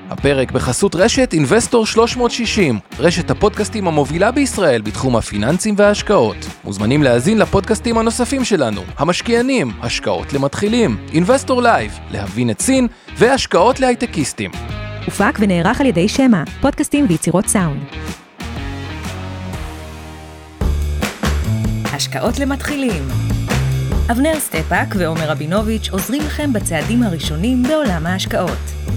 הפרק בחסות רשת אינבסטור 360, רשת הפודקאסטים המובילה בישראל בתחום הפיננסים וההשקעות. מוזמנים להאזין לפודקאסטים הנוספים שלנו, המשקיענים, השקעות למתחילים, אינבסטור לייב, להבין את סין והשקעות להייטקיסטים. הופק ונערך על ידי שמה, פודקאסטים ויצירות סאונד. השקעות למתחילים. אבנר סטפאק ועומר רבינוביץ' עוזרים לכם בצעדים הראשונים בעולם ההשקעות.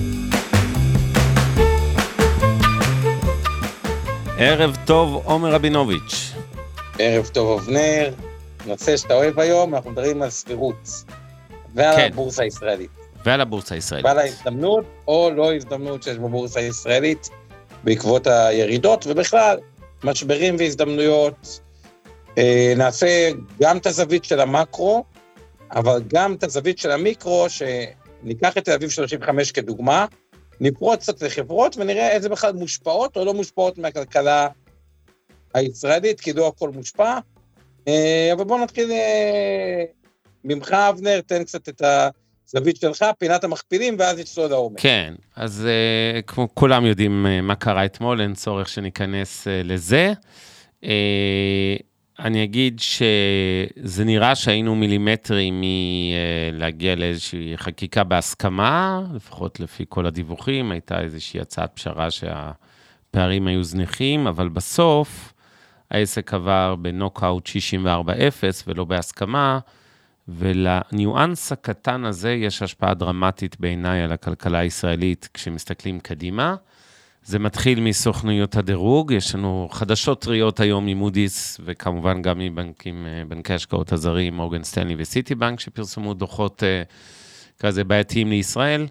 ערב טוב, עומר רבינוביץ'. ערב טוב, אבנר. נושא שאתה אוהב היום, אנחנו מדברים על סבירות. ועל הבורסה הישראלית. ועל הבורסה הישראלית. ועל ההזדמנות או לא הזדמנות שיש בבורסה הישראלית בעקבות הירידות, ובכלל, משברים והזדמנויות. נעשה גם את הזווית של המקרו, אבל גם את הזווית של המיקרו, שניקח את תל אביב 35 כדוגמה, נפרוץ קצת לחברות ונראה איזה בכלל מושפעות או לא מושפעות מהכלכלה הישראלית, כי לא הכל מושפע. אבל בואו נתחיל ממך, אבנר, תן קצת את הזווית שלך, פינת המכפילים, ואז יצלול לעומק. כן, אז כמו כולם יודעים מה קרה אתמול, אין צורך שניכנס לזה. אני אגיד שזה נראה שהיינו מילימטרים מלהגיע לאיזושהי חקיקה בהסכמה, לפחות לפי כל הדיווחים, הייתה איזושהי הצעת פשרה שהפערים היו זניחים, אבל בסוף העסק עבר בנוקאוט 64-0 ולא בהסכמה, ולניואנס הקטן הזה יש השפעה דרמטית בעיניי על הכלכלה הישראלית כשמסתכלים קדימה. זה מתחיל מסוכנויות הדירוג, יש לנו חדשות טריות היום ממודיס, וכמובן גם מבנקי השקעות הזרים, מורגן סטנלי וסיטי בנק, שפרסמו דוחות כזה בעייתיים לישראל.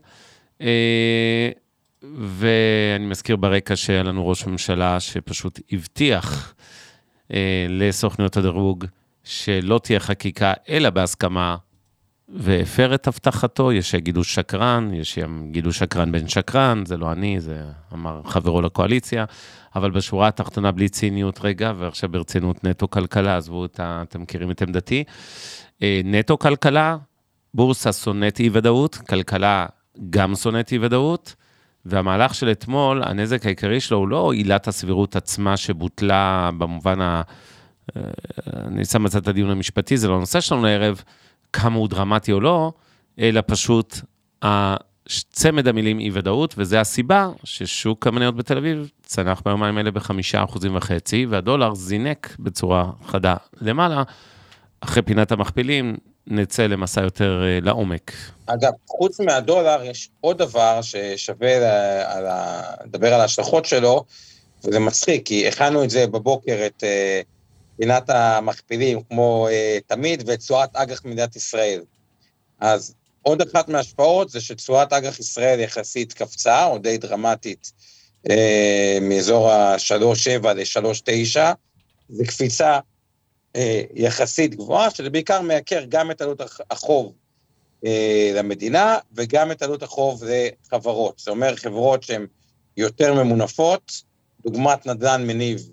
ואני מזכיר ברקע שהיה לנו ראש ממשלה שפשוט הבטיח לסוכנויות הדירוג, שלא תהיה חקיקה אלא בהסכמה, והפר את הבטחתו. יש שיגידו שקרן, יש שיגידו שקרן בן שקרן, זה לא אני, זה אמר חברו לקואליציה, אבל בשורה התחתונה בלי ציניות רגע, ועכשיו ברצינות נטו כלכלה, עזבו אתם מכירים את עמדתי, נטו כלכלה, בורסה שונאת אי ודאות, כלכלה גם שונאת אי ודאות, והמהלך של אתמול, הנזק העיקרי שלו הוא לא עילת הסבירות עצמה שבוטלה במובן אני שם את הדיון המשפטי, זה לא נושא שלנו לערב, כמה הוא דרמטי או לא, אלא פשוט צמד המילים אי ודאות, וזה הסיבה ששוק המניות בתל אביב צנח ביומיים האלה ב5.5%, והדולר זינק בצורה חדה למעלה. אחרי פינת המכפילים נצא למסע יותר לעומק. אגב, חוץ מהדולר יש עוד דבר ששווה לדבר על ההשלכות שלו, וזה מצחיק, כי הכנו את זה בבוקר את פינת המכפילים, כמו תמיד, ותשואת אג"ח מדינת ישראל. אז עוד אחת מההשפעות זה שתשואת אג"ח ישראל יחסית קפצה, או די דרמטית, מאזור ה-3.7 ל-3.9, זה קפיצה יחסית גבוהה, שזה בעיקר מייקר גם את עלות החוב למדינה, וגם את עלות החוב לחברות. זאת אומרת, חברות שהן יותר ממונפות, דוגמת נדל"ן מניב,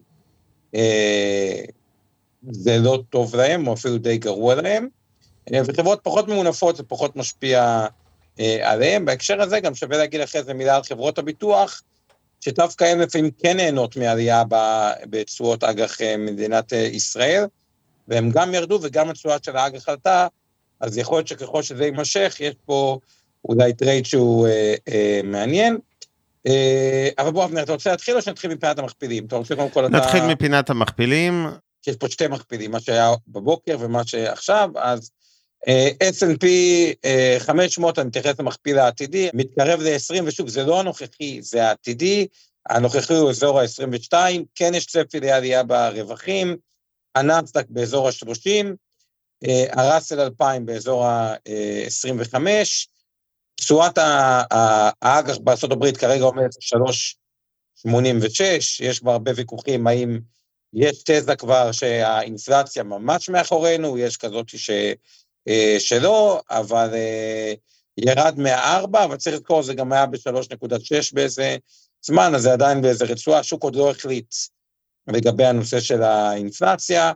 זה לא טוב להם, או אפילו די גרוע להם, וחברות פחות ממונפות, זה פחות משפיע עליהם. בהקשר הזה גם שווה להגיד אחרי זה מילה על חברות הביטוח, שדווקא הם לפעמים כן נהנות מעלייה בתשואות אג"ח מדינת ישראל, והם גם ירדו וגם התשואה של האג"ח עלתה, אז יכול להיות שככל שזה יימשך, יש פה אולי טרייד שהוא מעניין. אבל בוא אבנר, אתה רוצה להתחיל או שנתחיל מפינת המכפילים? נתחיל מפינת המכפילים. יש פה שתי מכפילים, מה שהיה בבוקר ומה שעכשיו, אז S&P 500, אני מתייחס למכפיל העתידי, מתקרב ל-20, ושוב, זה לא הנוכחי, זה העתידי, הנוכחי הוא אזור ה-22, כן יש צפי לעלייה ברווחים, הנאסד"ק באזור ה-30, הראסל 2000 באזור ה-25, תשואת האג"ח בארצות הברית כרגע עומדת 3.86, יש כבר הרבה ויכוחים האם יש תזה כבר שהאינפלציה ממש מאחורינו, יש כזאת שלא, אבל ירד מה-4, אבל צריך לזכור, זה גם היה ב-3.6 באיזה זמן, אז זה עדיין באיזה רצועה, השוק עוד לא החליט לגבי הנושא של האינפלציה,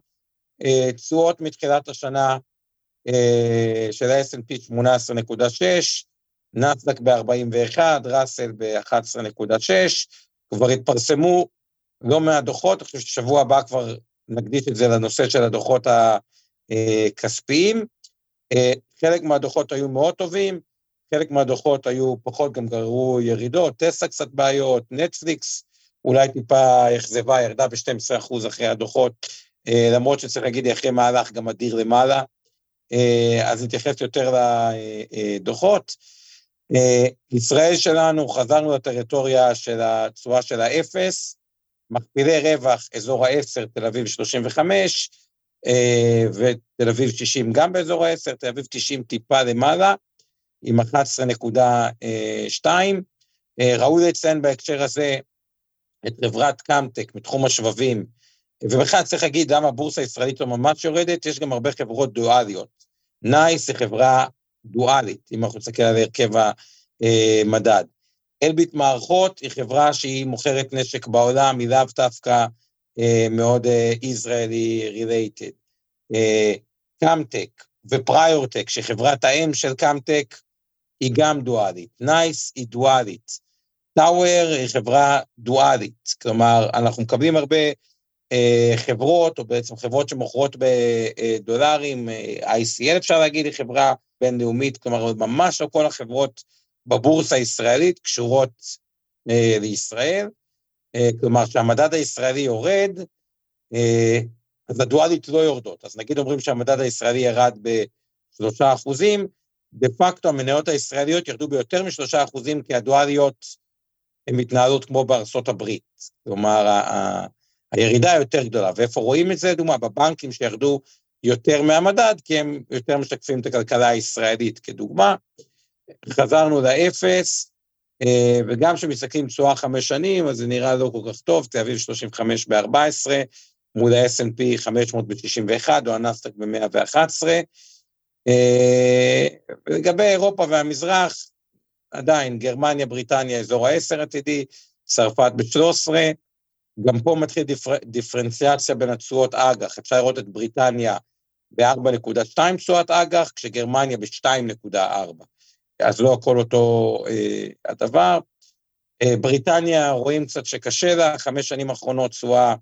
תשואות מתחילת השנה של ה-S&P 18.6, נסדק ב-41, ראסל ב-11.6, כבר התפרסמו לא מהדוחות, אני חושב ששבוע הבא כבר נקדיש את זה לנושא של הדוחות הכספיים, חלק מהדוחות היו מאוד טובים, חלק מהדוחות היו פחות, גם גררו ירידות, טסלה קצת בעיות, נטפליקס, אולי טיפה אכזבה, ירדה ב-12% אחרי הדוחות, למרות שצריך להגיד, אחרי מהלך גם אדיר למעלה, אז נתייחס יותר לדוחות. ישראל שלנו, חזרנו לטריטוריה של הצורה של האפס, מכפילי רווח, אזור ה-10, תל אביב 35, ותל אביב 60 גם באזור ה-10, תל אביב 90 טיפה למעלה, עם 11.2, ראוי לציין בהקשר הזה, את חברת קמטק מתחום השבבים, ובכלל צריך להגיד למה הבורסה הישראלית לא ממש יורדת, יש גם הרבה חברות דואליות. נייס היא חברה דואלית, אם אנחנו נסתכל על הרכב המדד. אלביט מערכות היא חברה שהיא מוכרת נשק בעולם, היא לאו דווקא מאוד ישראלי רילייטד. קמטק ופריורטק, שחברת האם של קמטק, היא גם דואלית. נייס היא דואלית. טאוור היא חברה דואלית, כלומר, אנחנו מקבלים הרבה חברות, או בעצם חברות שמוכרות בדולרים, ICL אפשר להגיד, היא חברה בינלאומית, כלומר, ממש לא כל החברות בבורסה הישראלית קשורות לישראל, כלומר, שהמדד הישראלי יורד, אז הדואלית לא יורדות, אז נגיד אומרים שהמדד הישראלי ירד ב3%, דה פקטו המניות הישראליות ירדו ביותר מ3%, כי הדואליות הן מתנהלות כמו בארצות הברית, כלומר, הירידה יותר גדולה, ואיפה רואים את זה, דומה, בבנקים שירדו יותר מהמדד, כי הם יותר משתקפים את הכלכלה הישראלית, כדוגמה, חזרנו לאפס, וגם שמסתכלים תשואה 5 שנים, אז זה נראה לא כל כך טוב, תל אביב 35 ב-14, מול ה-S&P 500 ב-61, או הנסדק ב-111, ולגבי אירופה והמזרח, עדיין, גרמניה, בריטניה, אזור ה-10 עתידי, צרפת ב-13, גם פה מתחיל דיפרנציאציה בין התשואות אג"ח, אפשר לראות את בריטניה ב-4.2 תשואת אג"ח, כשגרמניה ב-2.4, אז לא הכל אותו הדבר. בריטניה רואים קצת שקשה לה, 5 שנים האחרונות תשואה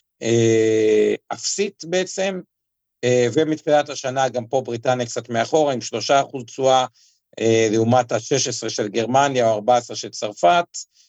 אפסית בעצם, ומתחילת השנה גם פה בריטניה קצת מאחורה, עם 3% תשואה, לעומת ה-16 של גרמניה, או 14 של צרפת.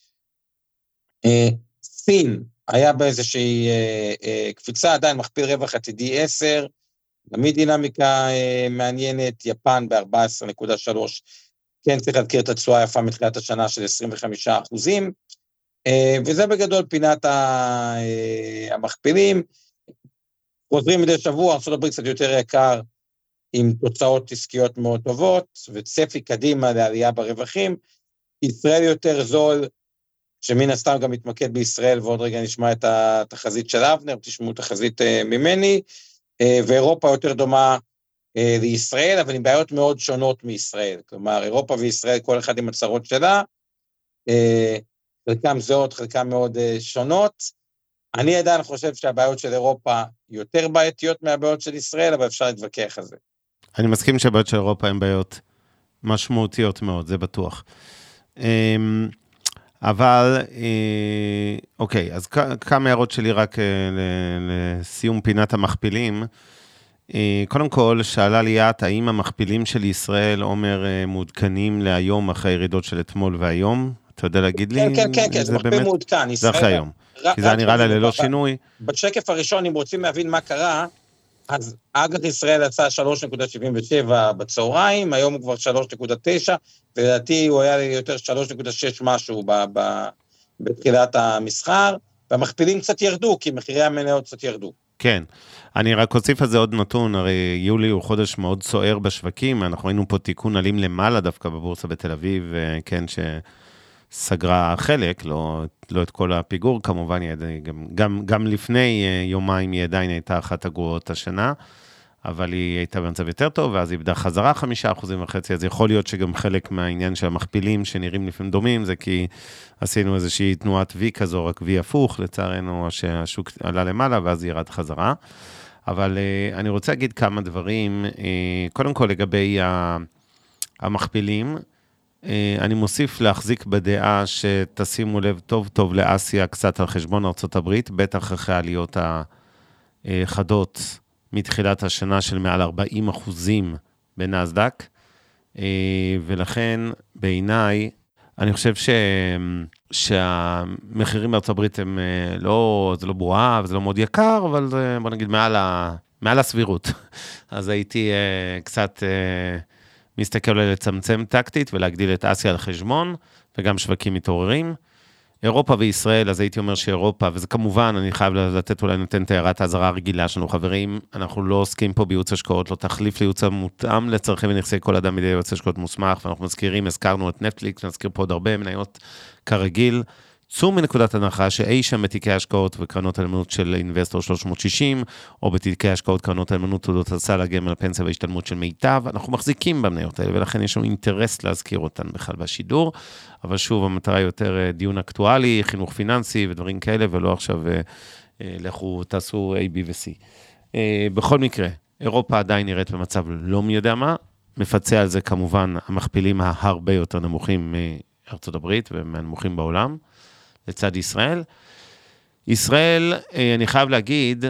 סין, היה באיזושהי קפיצה, עדיין מכפיל רווח עתידי 10, גם היא דינמיקה מעניינת, יפן ב-14.3, כן צריך להזכיר את התשואה היפה מתחילת השנה של 25%, וזה בגדול פינת המכפילים, חוזרים מדי שבוע, ארצות הברית קצת יותר יקר, עם תוצאות עסקיות מאוד טובות, וצפי קדימה לעלייה ברווחים, ישראל יותר זול, שמן הסתם גם מתמקד בישראל, ועוד רגע נשמע את התחזית של אבנר, תשמעו תחזית ממני, ואירופה יותר דומה לישראל, אבל עם בעיות מאוד שונות מישראל, כלומר, אירופה וישראל, כל אחד עם הצרות שלה, חלקם זהות, חלקם מאוד שונות, אני עדיין חושב שהבעיות של אירופה יותר בעייתיות מהבעיות של ישראל, אבל אפשר להתווכח על זה. אני מסכים שהבעיות של אירופה הן בעיות משמעותיות מאוד, זה בטוח. אבל, אוקיי, אז כמה הערות שלי רק לסיום פינת המכפילים. קודם כל, שאלה ליאת, האם המכפילים של ישראל, עומר, מעודכנים להיום אחרי הירידות של אתמול והיום? אתה יודע להגיד לי? כן, זה מכפיל מעודכן. זה אחרי היום. כי זה נראה לה ללא שינוי. בשקף הראשון, אם רוצים להבין מה קרה, אז אג"ח ישראל יצא 3.77 בצהריים, היום הוא כבר 3.9, ולדעתי הוא היה יותר 3.6 משהו בתחילת המסחר, והמכפילים קצת ירדו, כי מחירי המניות קצת ירדו. כן, אני רק אוסיף על זה עוד נתון, הרי יולי הוא חודש מאוד סוער בשווקים, אנחנו ראינו פה תיקון עלים למעלה דווקא בבורסה בתל אביב, כן, סגרה חלק, לא את כל הפיגור, כמובן, גם לפני יומיים היא עדיין הייתה אחת הגרועות השנה, אבל היא הייתה במצב יותר טוב, ואז היא איבדה חזרה 5.5%, אז יכול להיות שגם חלק מהעניין של המכפילים שנראים לפעמים דומים, זה כי עשינו איזושהי תנועת V כזו, רק V הפוך, לצערנו שהשוק עלה למעלה, ואז היא ירד חזרה. אבל אני רוצה להגיד כמה דברים, קודם כל לגבי המכפילים, אני מוסיף להחזיק בדעה שתשימו לב טוב טוב לאסיה קצת על חשבון ארצות הברית, בטח אחרי העליות החדות מתחילת השנה של מעל 40% בנאסד"ק, ולכן בעיניי, אני חושב שהמחירים בארצות הברית הם לא, זה לא בועה וזה לא מאוד יקר, אבל זה, בוא נגיד, מעל הסבירות. אז הייתי קצת מסתכל אולי לצמצם טקטית ולהגדיל את אסיה על חשבון, וגם שווקים מתעוררים. אירופה וישראל, אז הייתי אומר שאירופה, וזה כמובן, אני חייב לתת אולי נותן את הערת ההזרה הרגילה שלנו, חברים, אנחנו לא עוסקים פה בייעוץ השקעות, לא תחליף לייעוץ המותאם לצרכים ונכסי כל אדם בידי ייעוץ השקעות מוסמך, ואנחנו מזכירים, הזכרנו את נטפליקס, נזכיר פה עוד הרבה מניות כרגיל, צאו מנקודת הנחה שאי שם בתיקי השקעות וקרנות הנאמנות של אינבסטור 360, או בתיקי השקעות קרנות הנאמנות תעודות הסל, הגמל, הפנסיה וההשתלמות של מיטב, אנחנו מחזיקים במניות האלה, ולכן יש לנו אינטרס להזכיר אותן בכלל בשידור, אבל שוב, המטרה היא יותר דיון אקטואלי, חינוך פיננסי ודברים כאלה, ולא עכשיו לכו תעשו A, B ו-C. בכל מקרה, אירופה עדיין נראית במצב לא מי יודע מה, מפצה על זה כמובן המכפילים הרבה יותר נמוכים מארצות הברית ומהנמוכים בעולם, לצד ישראל. ישראל, אני חייב להגיד,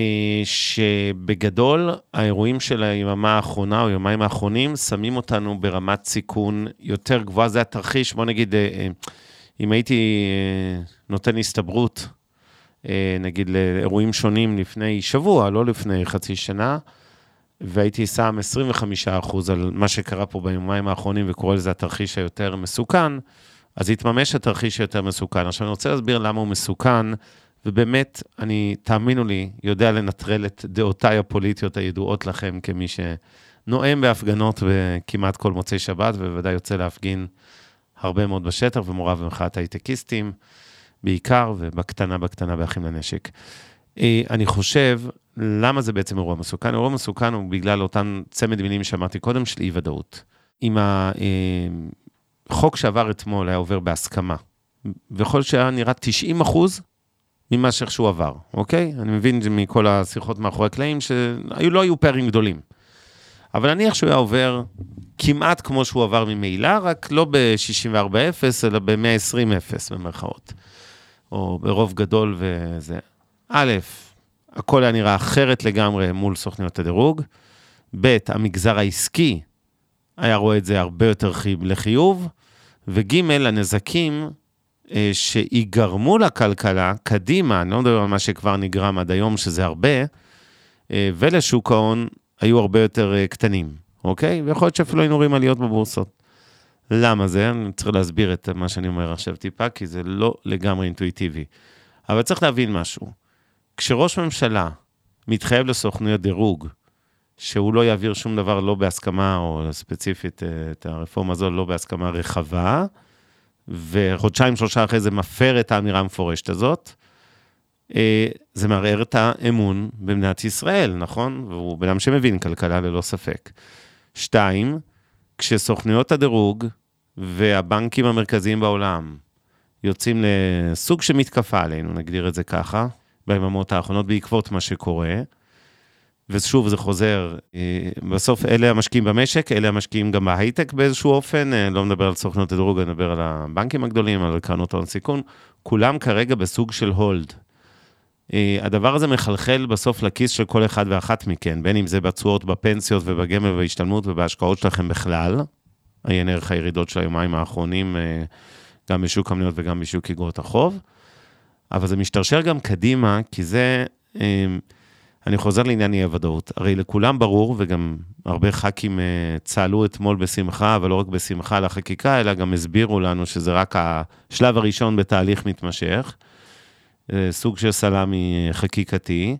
שבגדול, האירועים של היממה האחרונה, או יומיים האחרונים, שמים אותנו ברמת סיכון יותר גבוהה. זה התרחיש, בוא נגיד, אם הייתי נותן הסתברות, נגיד לאירועים שונים לפני שבוע, לא לפני חצי שנה, והייתי שם 25% על מה שקרה פה ביומיים האחרונים, וקורא לזה התרחיש היותר מסוכן, אז יתממש התרחיש יותר מסוכן. עכשיו אני רוצה להסביר למה הוא מסוכן, ובאמת, תאמינו לי, יודע לנטרל את דעותיי הפוליטיות הידועות לכם, כמי שנואם בהפגנות וכמעט כל מוצאי שבת, ובוודאי יוצא להפגין הרבה מאוד בשטח, ומעורב במחאת הייטקיסטים, בעיקר, ובקטנה באחים לנשק. אני חושב, למה זה בעצם אירוע מסוכן? אירוע מסוכן הוא בגלל אותן צמד מילים שאמרתי קודם, של אי-ודאות. אם החוק שעבר אתמול היה עובר בהסכמה, ויכול שהיה נראה 90% ממה שהוא עבר, אוקיי? אני מבין מכל השיחות מאחורי הקלעים, שלא היו פערים גדולים. אבל נניח שהוא היה עובר כמעט כמו שהוא עבר ממעילה, רק לא ב-64-0, אלא ב-120-0 במרכאות. או ברוב גדול וזה. א', הכל היה נראה אחרת לגמרי מול סוכניות הדירוג. ב', המגזר העסקי היה רואה את זה הרבה יותר לחיוב. וג', הנזקים שיגרמו לכלכלה קדימה, אני לא מדבר על מה שכבר נגרם עד היום, שזה הרבה, ולשוק ההון היו הרבה יותר קטנים, אוקיי? ויכול להיות שאפילו היינו רואים עליות בבורסות. למה זה? אני צריך להסביר את מה שאני אומר עכשיו טיפה, כי זה לא לגמרי אינטואיטיבי. אבל צריך להבין משהו. כשראש ממשלה מתחייב לסוכנויות דירוג, שהוא לא יעביר שום דבר לא בהסכמה, או ספציפית את הרפורמה הזו לא בהסכמה רחבה, וחודשיים, 3 אחרי זה מפר את האמירה המפורשת הזאת, זה מערער את האמון במדינת ישראל, נכון? והוא בן שמבין כלכלה ללא ספק. 2, כשסוכנויות הדירוג והבנקים המרכזיים בעולם יוצאים לסוג שמתקפה עלינו, נגדיר את זה ככה, ביממות האחרונות בעקבות מה שקורה, ושוב זה חוזר, בסוף אלה המשקיעים במשק, אלה המשקיעים גם בהייטק באיזשהו אופן, לא מדבר על סוכנות הדירוג, אני מדבר על הבנקים הגדולים, על קרנות ההון סיכון, כולם כרגע בסוג של הולד. הדבר הזה מחלחל בסוף לכיס של כל אחד ואחת מכן, בין אם זה בתשואות, בפנסיות ובגמל ובהשתלמות ובהשקעות שלכם בכלל, עיין ערך הירידות של היומיים האחרונים, גם בשוק המניות וגם בשוק אגרות החוב, אבל זה משתרשר גם קדימה, כי זה... אני חוזר לעניין אי-הוודאות. הרי לכולם ברור, וגם הרבה ח"כים צהלו אתמול בשמחה, אבל לא רק בשמחה על החקיקה, אלא גם הסבירו לנו שזה רק השלב הראשון בתהליך מתמשך, סוג של סלמי חקיקתי,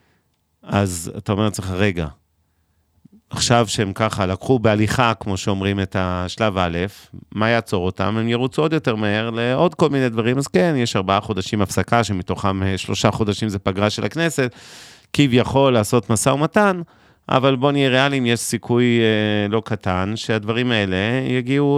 אז אתה אומר לעצמך, רגע, עכשיו שהם ככה לקחו בהליכה, כמו שאומרים את השלב א', מה יעצור אותם? הם ירוצו עוד יותר מהר לעוד כל מיני דברים, אז כן, יש 4 חודשים הפסקה, שמתוכם 3 חודשים זה פגרה של הכנסת, כביכול לעשות משא ומתן, אבל בוא נהיה ריאליים, יש סיכוי לא קטן, שהדברים האלה יגיעו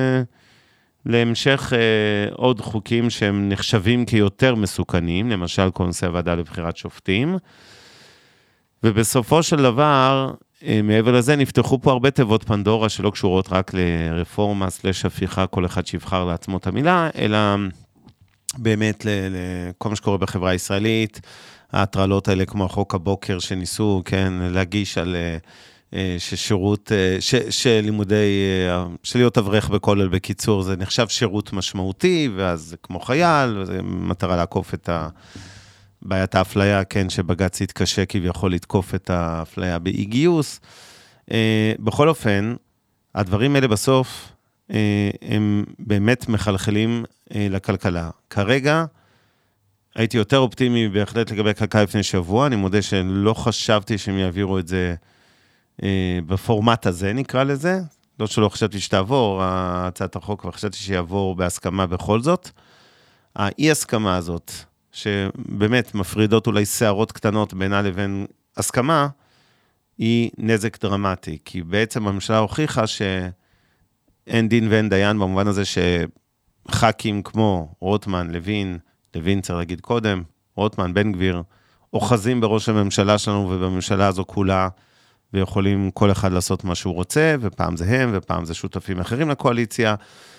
להמשך עוד חוקים שהם נחשבים כיותר מסוכנים, למשל כונסי הוועדה לבחירת שופטים, ובסופו של דבר, מעבר לזה, נפתחו פה הרבה תיבות פנדורה שלא קשורות רק לרפורמה, הפיכה, כל אחד שיבחר לעצמו את המילה, אלא באמת לכל מה שקורה בחברה הישראלית, ההטרלות האלה כמו החוק הבוקר שניסו, כן, להגיש על ששירות, שלימודי, שלהיות אברך בכולל בקיצור, זה נחשב שירות משמעותי, ואז זה כמו חייל, וזה מטרה לעקוף את בעיית האפליה, כן, שבג"ץ יתקשה כביכול לתקוף את האפליה באי גיוס. בכל אופן, הדברים האלה בסוף, הם באמת מחלחלים לכלכלה. כרגע, הייתי יותר אופטימי בהחלט לגבי הכלכלה לפני שבוע, אני מודה שלא חשבתי שהם יעבירו את זה בפורמט הזה, נקרא לזה. לא שלא חשבתי שתעבור הצעת החוק, וחשבתי שיעבור בהסכמה בכל זאת. האי-הסכמה הזאת, שבאמת מפרידות אולי שערות קטנות בינה לבין הסכמה, היא נזק דרמטי, כי בעצם הממשלה הוכיחה שאין דין ואין דיין, במובן הזה שח"כים כמו רוטמן, לוין צריך להגיד קודם, רוטמן, בן גביר, אוחזים בראש הממשלה שלנו ובממשלה הזו כולה, ויכולים כל אחד לעשות מה שהוא רוצה, ופעם זה הם, ופעם זה שותפים אחרים לקואליציה,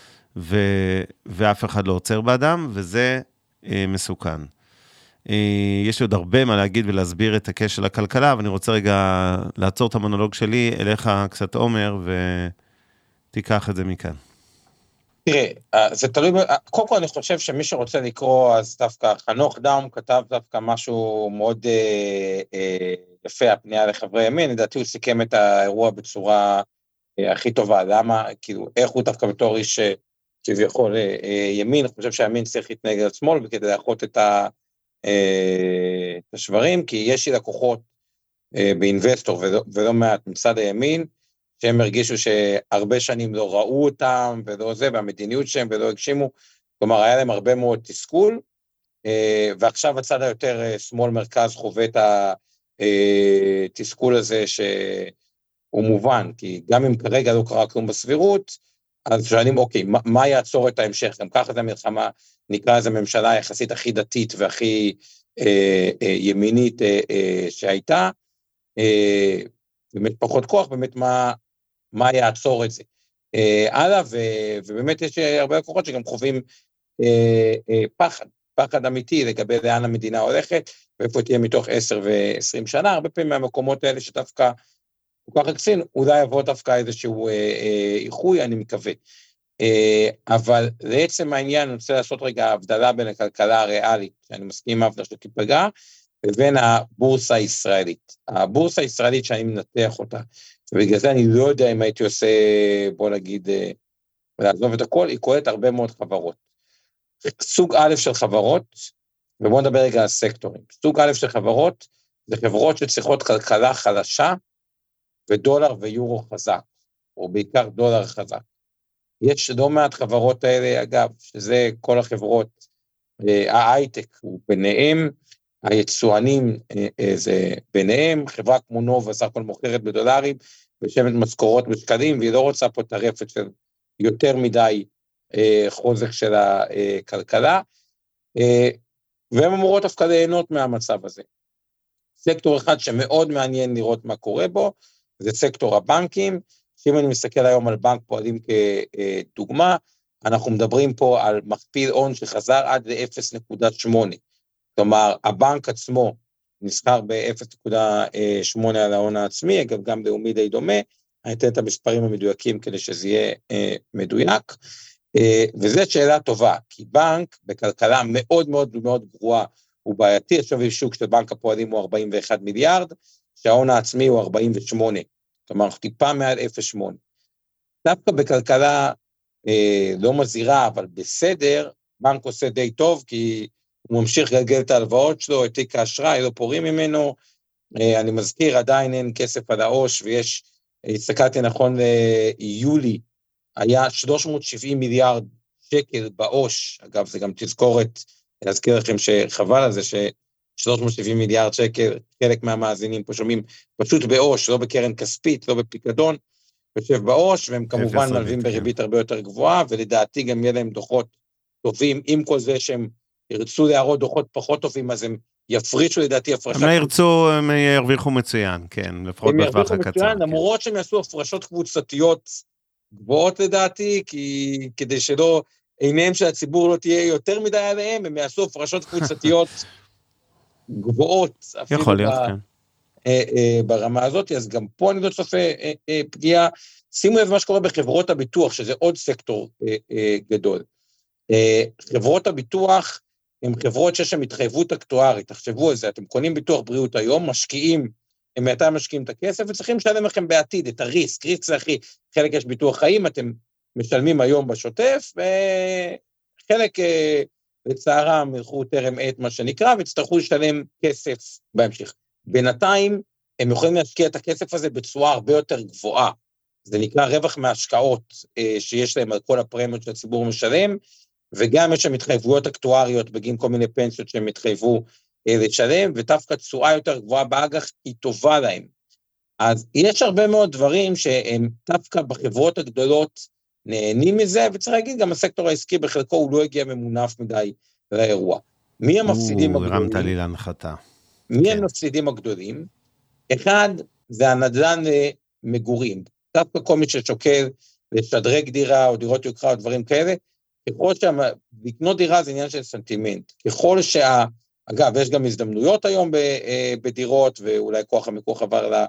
ואף אחד לא עוצר באדם, וזה מסוכן. יש לי עוד הרבה מה להגיד ולהסביר את הקשר לכלכלה, אבל אני רוצה רגע לעצור את המונולוג שלי אליך קצת עומר, ותיקח את זה מכאן. תראה, זה תלוי, קודם כל אני חושב שמי שרוצה לקרוא, אז דווקא חנוך דם כתב דווקא משהו מאוד יפה, הפנייה לחברי ימין, לדעתי הוא סיכם את האירוע בצורה הכי טובה, למה, כאילו, איך הוא דווקא בתור איש כביכול ימין, אני חושב שהימין צריך להתנהג על שמאל, וכדי לאחות את השברים, כי יש לי לקוחות באינבסטור, ולא מעט מצד הימין, שהם הרגישו שהרבה שנים לא ראו אותם, ולא זה, והמדיניות שהם ולא הגשימו, כלומר, היה להם הרבה מאוד תסכול, ועכשיו הצד היותר שמאל מרכז חווה את התסכול הזה, שהוא מובן, כי גם אם כרגע לא קרה כלום בסבירות, אז שואלים, אוקיי, מה יעצור את ההמשך? גם ככה זה המלחמה, נקרא לזה ממשלה יחסית הכי דתית והכי ימינית שהייתה, באמת פחות כוח, באמת מה יעצור את זה. הלאה, ובאמת יש הרבה לקוחות שגם חווים פחד אמיתי לגבי לאן המדינה הולכת, ואיפה תהיה מתוך 10 ו-20 שנה, הרבה פעמים מהמקומות האלה שדווקא כל כך הקצין, אולי יבוא דווקא איזשהו איחוי, אני מקווה. אבל לעצם העניין, אני רוצה לעשות רגע הבדלה בין הכלכלה הריאלית, שאני מסכים עם ההבדלה שלו תיפגע, לבין הבורסה הישראלית. הבורסה הישראלית שאני מנתח אותה, ובגלל זה אני לא יודע אם הייתי עושה, בוא נגיד, לעזוב את הכל, היא כוללת הרבה מאוד חברות. סוג א' של חברות, ובואו נדבר רגע על סקטורים. סוג א' של חברות, זה חברות שצריכות כלכלה חלשה, ודולר ויורו חזק, או בעיקר דולר חזק. יש לא מעט חברות האלה, אגב, שזה כל החברות, ההייטק הוא ביניהם, היצואנים זה ביניהם, חברה כמו נובה, סך הכל מוכרת בדולרים, ושמת משכורות בשקלים, והיא לא רוצה פה טרפת של יותר מדי חוזק של הכלכלה, והן אמורות דווקא ליהנות מהמצב הזה. סקטור אחד שמאוד מעניין לראות מה קורה בו, זה סקטור הבנקים, שאם אני מסתכל היום על בנק פועלים כדוגמה, אנחנו מדברים פה על מכפיל הון שחזר עד ל-0.8, כלומר, הבנק עצמו נסחר ב-0.8 על ההון העצמי, אגב גם לאומי די דומה, אני אתן את המספרים המדויקים כדי שזה יהיה מדויק, וזו שאלה טובה, כי בנק בכלכלה מאוד מאוד מאוד גרועה, הוא בעייתי, עכשיו שוק של בנק הפועלים הוא 41 מיליארד, שההון העצמי הוא 48, כלומר, טיפה מעל 0.8. דווקא בכלכלה לא מזהירה, אבל בסדר, בנק עושה די טוב, כי הוא ממשיך לגלגל את ההלוואות שלו, את תיק האשראי, לא פורים ממנו, אני מזכיר, עדיין אין כסף על העו"ש, ויש, הסתכלתי נכון ליולי, היה 370 מיליארד שקל בעו"ש, אגב, זה גם תזכורת, להזכיר לכם שחבל על זה, ש370 מיליארד שקל, חלק מהמאזינים פה שומעים, פשוט בעו"ש, לא בקרן כספית, לא בפיקדון, יושב בעו"ש, והם כמובן מלווים בריבית הרבה יותר גבוהה, ולדעתי גם יהיה להם דוחות טובים, עם כל זה שהם ירצו להראות דוחות פחות טובים, אז הם יפרישו לדעתי הפרשה. הם לא ירצו, הם ירוויחו מצוין, כן, לפחות בטווח הקצר. למרות שהם יעשו הפרשות קבוצתיות גבוהות לדעתי, כדי שלא, עיניהם של הציבור לא תהיה יותר מדי עליהם, הם יעשו הפרשות קבוצתיות גבוהות. יכול להיות, כן. ברמה הזאת, אז גם פה אני לא צופה פגיעה. שימו לב מה שקורה בחברות הביטוח, שזה עוד סקטור גדול. חברות הביטוח, הן חברות שיש שם התחייבות אקטוארית, תחשבו על זה, אתם קונים ביטוח בריאות היום, משקיעים, הם מעתה משקיעים את הכסף, וצריכים לשלם לכם בעתיד את הריסק, ריסק זה הכי, חלק יש ביטוח חיים, אתם משלמים היום בשוטף, וחלק לצערם ילכו טרם עת מה שנקרא, וצטרכו לשלם כסף בהמשך. בינתיים, הם יכולים להשקיע את הכסף הזה בצורה הרבה יותר גבוהה, זה נקרא רווח מההשקעות שיש להם על כל הפרמיות שהציבור משלם, וגם יש שם התחייבויות אקטואריות בגין כל מיני פנסיות שהם התחייבו לשלם, ודווקא תשואה יותר גבוהה באג"ח היא טובה להם. אז יש הרבה מאוד דברים שהם דווקא בחברות הגדולות נהנים מזה, וצריך להגיד גם הסקטור העסקי בחלקו הוא לא הגיע ממונף מדי לאירוע. מי המפסידים הגדולים? הרמת לי להנחתה. מי המפסידים הגדולים? אחד זה הנדל"ן למגורים. דווקא כל מי ששוקל לשדרג דירה או דירות יוקרה או דברים כאלה, ככל לקנות דירה זה עניין של סנטימנט, ככל אגב, יש גם הזדמנויות היום בדירות, ואולי כוח המיקוח עבר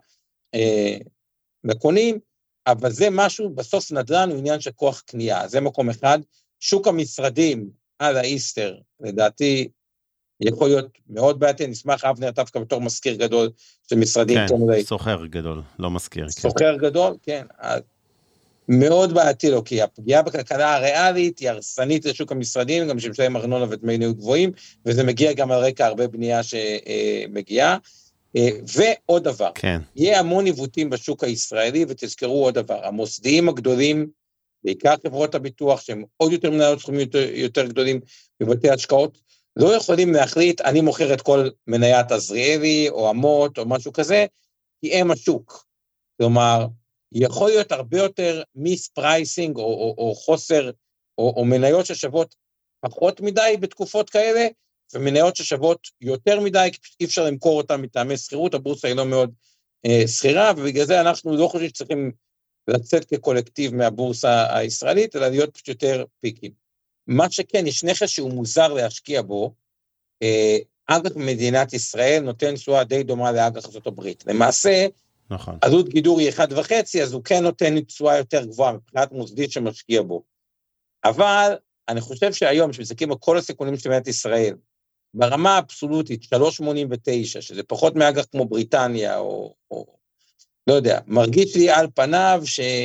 לקונים, אבל זה משהו, בסוף נדל"ן הוא עניין של כוח קנייה, זה מקום אחד. שוק המשרדים על האיסטר, לדעתי, יכול להיות מאוד בעייתי, נשמח אבנר דווקא בתור מזכיר גדול של משרדים. כן, סוחר גדול, לא מזכיר. סוחר גדול, כן, מאוד בעייתי לו, כי הפגיעה בכלכלה הריאלית היא הרסנית לשוק המשרדים, גם שמשלם ארנונה ודמי ניהול גבוהים, וזה מגיע גם על רקע הרבה בנייה שמגיעה. ועוד דבר, כן. יהיה המון עיוותים בשוק הישראלי, ותזכרו עוד דבר, המוסדיים הגדולים, בעיקר חברות הביטוח, שהם עוד יותר מנהלות סכומים יותר גדולים בבתי השקעות, לא יכולים להחליט, אני מוכר את כל מניית עזריאלי, או עמות, או משהו כזה, כי הם השוק. כלומר, יכול להיות הרבה יותר מיס פרייסינג, או חוסר, או מניות ששוות פחות מדי בתקופות כאלה, ומניות ששוות יותר מדי, אי אפשר למכור אותם מטעמי שכירות, הבורסה היא לא מאוד שכירה, ובגלל זה אנחנו לא חושבים שצריכים לצאת כקולקטיב מהבורסה הישראלית, אלא להיות פשוט יותר פיקים. מה שכן, יש נכס שהוא מוזר להשקיע בו, אג"ח מדינת ישראל נותן תשואה די דומה לאג"ח ארצות הברית. למעשה, נכון. עלות גידור היא 1.5, אז הוא כן נותן תשואה יותר גבוהה, מבחינת מוסדית שמשקיע בו. אבל אני חושב שהיום, שמסתכלים על כל הסיכונים של מדינת ישראל, ברמה האבסולוטית, 3.89, שזה פחות מאג"ח כמו בריטניה, או לא יודע, מרגיש לי על פניו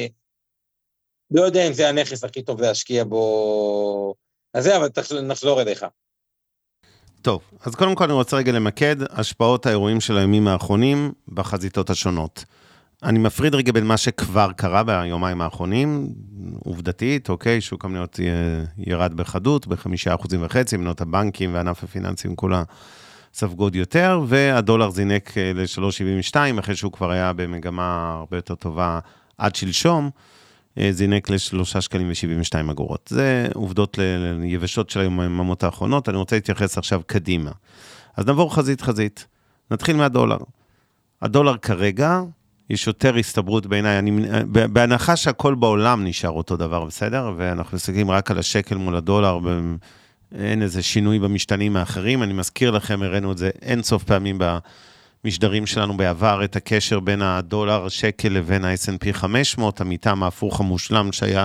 לא יודע אם זה הנכס הכי טוב להשקיע בו, אז זה, אבל נחזור אליך. טוב, אז קודם כל אני רוצה רגע למקד השפעות האירועים של הימים האחרונים בחזיתות השונות. אני מפריד רגע בין מה שכבר קרה ביומיים האחרונים, עובדתית, אוקיי, שוק המניות ירד בחדות, ב5.5%, מניות הבנקים וענף הפיננסים כולה ספגו עוד יותר, והדולר זינק ל-3.72, אחרי שהוא כבר היה במגמה הרבה יותר טובה עד שלשום, זינק ל3.72 אגורות. זה עובדות ליבשות של היממות האחרונות, אני רוצה להתייחס עכשיו קדימה. אז נעבור חזית. נתחיל מהדולר. הדולר כרגע, יש יותר הסתברות בעיניי, בהנחה שהכל בעולם נשאר אותו דבר, בסדר? ואנחנו מסתכלים רק על השקל מול הדולר, אין איזה שינוי במשתנים האחרים, אני מזכיר לכם, הראינו את זה אין סוף פעמים במשדרים שלנו בעבר, את הקשר בין הדולר, שקל לבין ה-S&P 500, המטעם ההפוך המושלם שהיה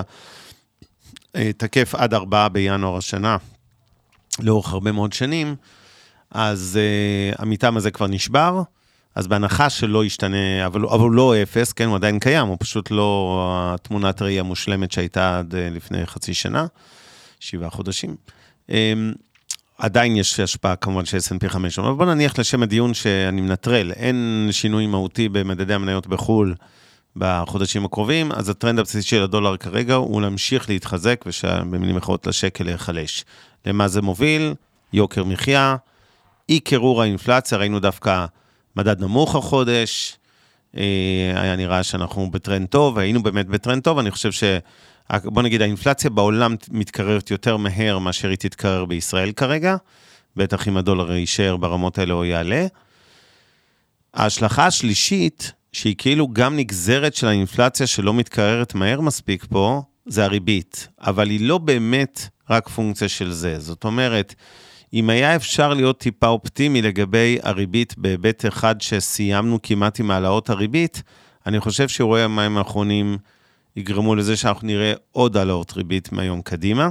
תקף עד 4 בינואר השנה, לאורך הרבה מאוד שנים, אז המטעם הזה כבר נשבר, אז בהנחה שלא ישתנה, אבל הוא לא אפס, כן, הוא עדיין קיים, הוא פשוט לא התמונת ראי המושלמת שהייתה עד לפני חצי שנה, 7 חודשים. עדיין יש השפעה כמובן של S&P 500, אבל בוא נניח לשם הדיון שאני מנטרל, אין שינוי מהותי במדדי המניות בחול בחודשים הקרובים, אז הטרנד הבסיסי של הדולר כרגע הוא להמשיך להתחזק, ובמילים אחרות לשקל להיחלש. למה זה מוביל? יוקר מחיה, אי קירור האינפלציה, ראינו דווקא מדד נמוך החודש, היה נראה שאנחנו בטרנד טוב, והיינו באמת בטרנד טוב, אני חושב בוא נגיד, האינפלציה בעולם מתקררת יותר מהר מאשר היא תתקרר בישראל כרגע, בטח אם הדולר יישאר ברמות האלה או יעלה. ההשלכה השלישית, שהיא כאילו גם נגזרת של האינפלציה שלא מתקררת מהר מספיק פה, זה הריבית, אבל היא לא באמת רק פונקציה של זה. זאת אומרת, אם היה אפשר להיות טיפה אופטימי לגבי הריבית בהיבט אחד שסיימנו כמעט עם העלאות הריבית, אני חושב שאירועי המים האחרונים יגרמו לזה שאנחנו נראה עוד העלאות ריבית מהיום קדימה.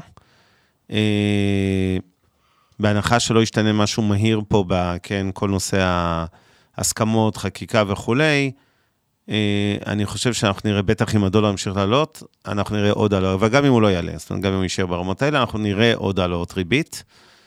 בהנחה שלא ישתנה משהו מהיר פה, כן, כל נושא ההסכמות, חקיקה וכולי, אני חושב שאנחנו נראה, בטח אם הדולר ימשיך לעלות, אנחנו נראה עוד העלאות, וגם אם הוא לא יעלה, זאת אומרת, גם אם הוא יישאר ברמות האלה, אנחנו נראה עוד העלאות ריבית,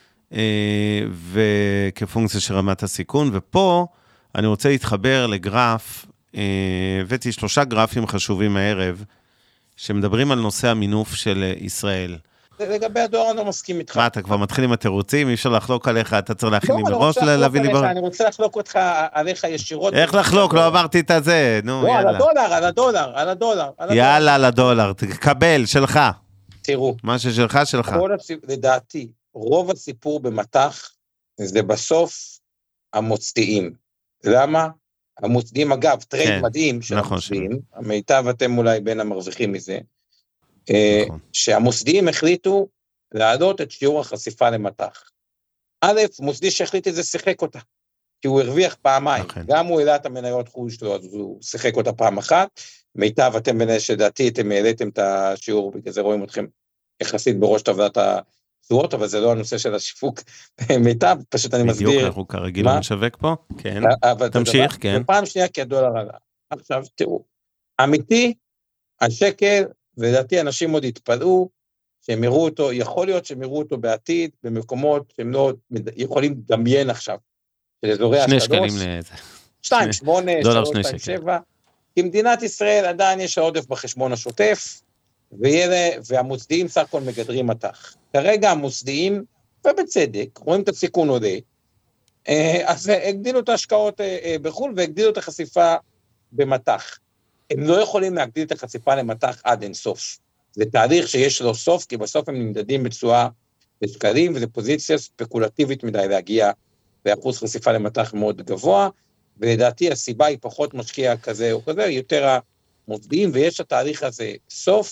וכפונקציה של רמת הסיכון, ופה אני רוצה להתחבר לגרף, הבאתי 3 גרפים חשובים הערב, שמדברים על נושא המינוף של ישראל. לגבי הדולר אני לא מסכים איתך. מה, אתה כבר מתחיל עם התירוצים, אי אפשר לחלוק עליך, אתה צריך להכין לי מראש להביא לי אני רוצה לחלוק אותך עליך ישירות. איך לחלוק? לא אמרתי את זה, נו, יאללה. לא, על הדולר. יאללה, על הדולר, תקבל, שלך. תראו. מה ששלך, שלך. לדעתי, רוב הסיפור במתח, זה בסוף המוסדיים. למה? המוסדיים, אגב, טרייד מדהים של המוסדיים, המיטב אתם אולי בין המרוויחים מזה, שהמוסדיים החליטו להעלות את שיעור החשיפה למתח. א', מוסדי שהחליט את זה שיחק אותה, כי הוא הרוויח פעמיים, גם הוא העלה את המניות חוץ שלו, אז הוא שיחק אותה פעם אחת, מיטב אתם בין שדעתי, אתם העליתם את השיעור, בגלל זה רואים אתכם יחסית בראש טבלת התשואות, אבל זה לא הנושא של השיווק מיטב, פשוט אני מסביר. בדיוק, אנחנו כרגיל לא נשווק פה, כן, תמשיך, כן. ופעם שנייה כי הדולר עלה. עכשיו, תראו, אמיתי, השקל, ולדעתי אנשים עוד התפלאו, שהם יראו אותו, יכול להיות שהם יראו אותו בעתיד, במקומות שהם לא יכולים לדמיין עכשיו, של אזורי השקלים. 2 שקלים לאיזה. 2, 8, 3, 2, 7, כי מדינת ישראל עדיין יש עודף בחשבון השוטף, והמוסדיים סך הכל מגדרים מתח. כרגע המוסדיים, ובצדק, רואים את הסיכון עולה, אז הגדילו את ההשקעות בחו"ל, והגדילו את החשיפה במתח. הם לא יכולים להגדיל את החשיפה למתח עד אין סוף. זה תהליך שיש לו סוף, כי בסוף הם נמדדים בצורה לשקלים, וזו פוזיציה ספקולטיבית מדי להגיע באחוז חשיפה למתח מאוד גבוה, ולדעתי הסיבה היא פחות משקיע כזה או כזה, יותר המוסדיים, ויש התהליך הזה סוף,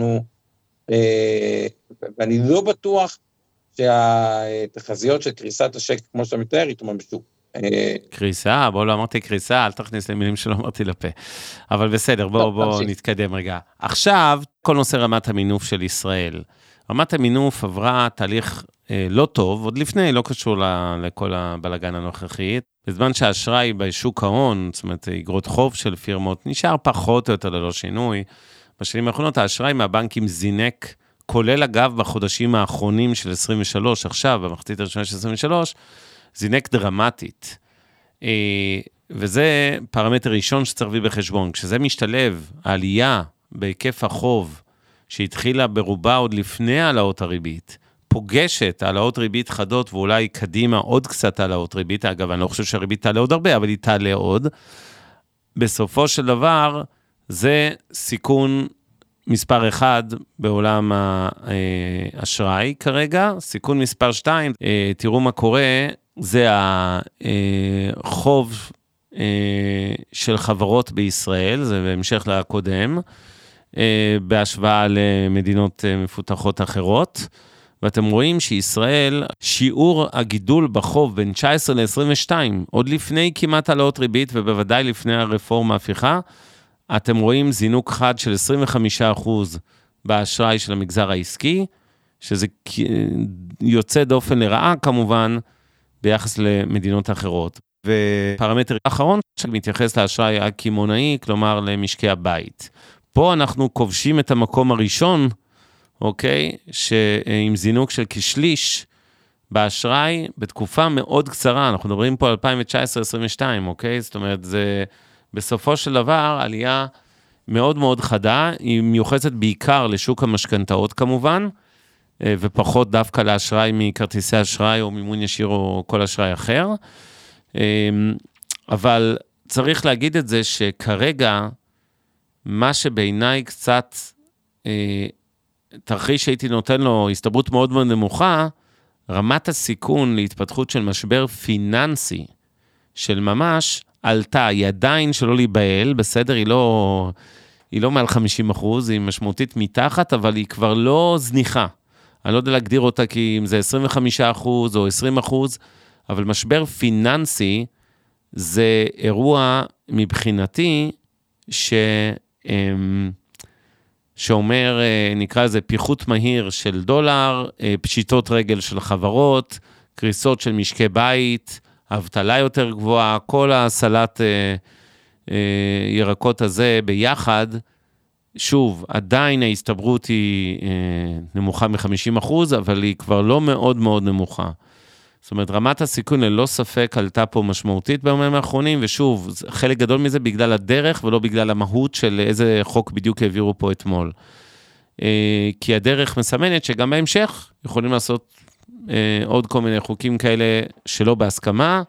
ואני לא בטוח שהתחזיות של קריסת השקל, כמו שאתה מתאר, יתממשו. קריסה? בוא לא אמרתי קריסה, אל תכניס למילים שלא אמרתי לפה. אבל בסדר, בוא נתקדם רגע. עכשיו, כל נושא רמת המינוף של ישראל. רמת המינוף עברה תהליך לא טוב, עוד לפני, לא קשור לכל הבלגן הנוכחי. בזמן שהאשראי בשוק ההון, זאת אומרת, אגרות חוב של פירמות, נשאר פחות או יותר ללא שינוי. בשנים האחרונות, האשראי מהבנקים זינק, כולל אגב בחודשים האחרונים של 23, עכשיו, במחצית הראשונה של 23, זינק דרמטית, וזה פרמטר ראשון שצריך להביא בחשבון. כשזה משתלב, העלייה בהיקף החוב, שהתחילה ברובה עוד לפני העלאות הריבית, פוגשת העלאות ריבית חדות, ואולי קדימה עוד קצת העלאות ריבית, אגב, אני לא חושב שהריבית תעלה עוד הרבה, אבל היא תעלה עוד, בסופו של דבר, זה סיכון מספר 1 בעולם האשראי כרגע, סיכון מספר 2, תראו מה קורה, זה החוב של חברות בישראל, זה בהמשך לקודם, בהשוואה למדינות מפותחות אחרות, ואתם רואים שישראל, שיעור הגידול בחוב בין 19 ל-22, עוד לפני כמעט העלאות ריבית, ובוודאי לפני הרפורמה ההפיכה, אתם רואים זינוק חד של 25% באשראי של המגזר העסקי, שזה יוצא דופן לרעה כמובן, ביחס למדינות אחרות. ופרמטר אחרון שמתייחס לאשראי הקימונאי, כלומר למשקי הבית. פה אנחנו כובשים את המקום הראשון, אוקיי, שעם זינוק של כשליש באשראי, בתקופה מאוד קצרה, אנחנו מדברים פה על 2019-2022, אוקיי? זאת אומרת, זה בסופו של דבר עלייה מאוד מאוד חדה, היא מיוחסת בעיקר לשוק המשכנתאות כמובן, ופחות דווקא לאשראי מכרטיסי אשראי או מימון ישיר או כל אשראי אחר. אבל צריך להגיד את זה שכרגע, מה שבעיניי קצת תרחיש שהייתי נותן לו הסתברות מאוד מאוד נמוכה, רמת הסיכון להתפתחות של משבר פיננסי של ממש עלתה, היא עדיין שלא להיבהל, בסדר, היא לא מעל 50%, היא משמעותית מתחת, אבל היא כבר לא זניחה. אני לא יודע להגדיר אותה כי אם זה 25% או 20%, אבל משבר פיננסי זה אירוע מבחינתי שאומר, נקרא לזה פיחות מהיר של דולר, פשיטות רגל של חברות, קריסות של משקי בית, אבטלה יותר גבוהה, כל הסלט ירקות הזה ביחד, שוב, עדיין ההסתברות היא נמוכה מ-50%, אבל היא כבר לא מאוד מאוד נמוכה. זאת אומרת, רמת הסיכון ללא ספק עלתה פה משמעותית בימים האחרונים, ושוב, חלק גדול מזה בגלל הדרך, ולא בגלל המהות של איזה חוק בדיוק העבירו פה אתמול. כי הדרך מסמנת שגם בהמשך יכולים לעשות עוד כל מיני חוקים כאלה שלא בהסכמה,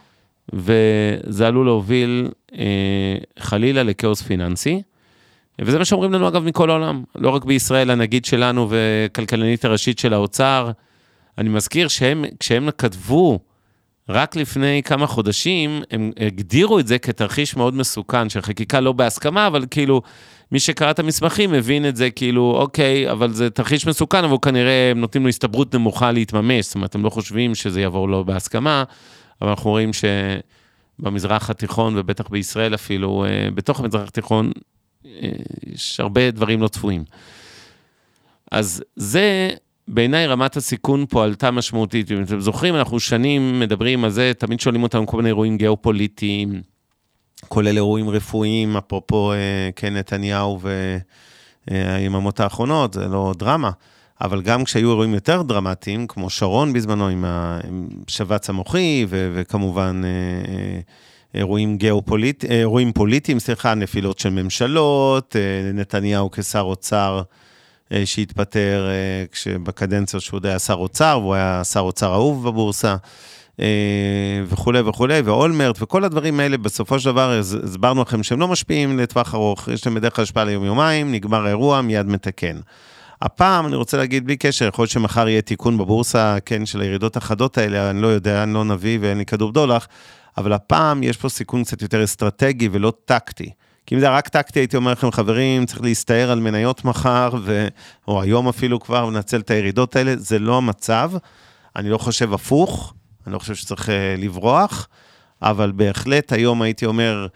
וזה עלול להוביל חלילה לכאוס פיננסי, וזה מה שאומרים לנו אגב מכל העולם, לא רק בישראל, הנגיד שלנו וכלכלנית הראשית של האוצר. אני מזכיר כשהם כתבו רק לפני כמה חודשים, הם הגדירו את זה כתרחיש מאוד מסוכן, של חקיקה לא בהסכמה, אבל כאילו מי שקרא את המסמכים מבין את זה כאילו, אוקיי, אבל זה תרחיש מסוכן, אבל כנראה הם נותנים לו הסתברות נמוכה להתממש, זאת אומרת, הם לא חושבים שזה יעבור לא בהסכמה, אבל אנחנו רואים שבמזרח התיכון, ובטח בישראל אפילו, בתוך המזרח התיכון, יש הרבה דברים לא צפויים. אז זה, בעיניי רמת הסיכון פה עלתה משמעותית. אם אתם זוכרים, אנחנו שנים מדברים על זה, תמיד שואלים אותנו כל מיני אירועים גיאופוליטיים, כולל אירועים רפואיים, אפרופו כן נתניהו והיממות האחרונות, זה לא דרמה, אבל גם כשהיו אירועים יותר דרמטיים, כמו שרון בזמנו עם שבץ המוחי, וכמובן אירועים פוליטיים, נפילות של ממשלות, נתניהו כשר אוצר שהתפטר בקדנציה שהוא היה שר אוצר, והוא היה שר אוצר אהוב בבורסה, וכו' וכו', ואולמרט, וכל הדברים האלה בסופו של דבר הסברנו לכם שהם לא משפיעים לטווח ארוך, יש להם בדרך כלל השפעה ליום-יומיים, נגמר האירוע, מיד מתקן. הפעם אני רוצה להגיד בלי קשר, יכול להיות שמחר יהיה תיקון בבורסה, כן, של הירידות החדות האלה, אני לא יודע, אני לא נביא ואין לי כדור בדולח, אבל הפעם יש פה סיכון קצת יותר אסטרטגי ולא טקטי. כי אם זה רק טקטי, הייתי אומר לכם, חברים, צריך להסתער על מניות מחר, או היום אפילו כבר, ונצל את הירידות האלה, זה לא המצב. אני לא חושב הפוך, אני לא חושב שצריך לברוח, אבל בהחלט היום הייתי אומר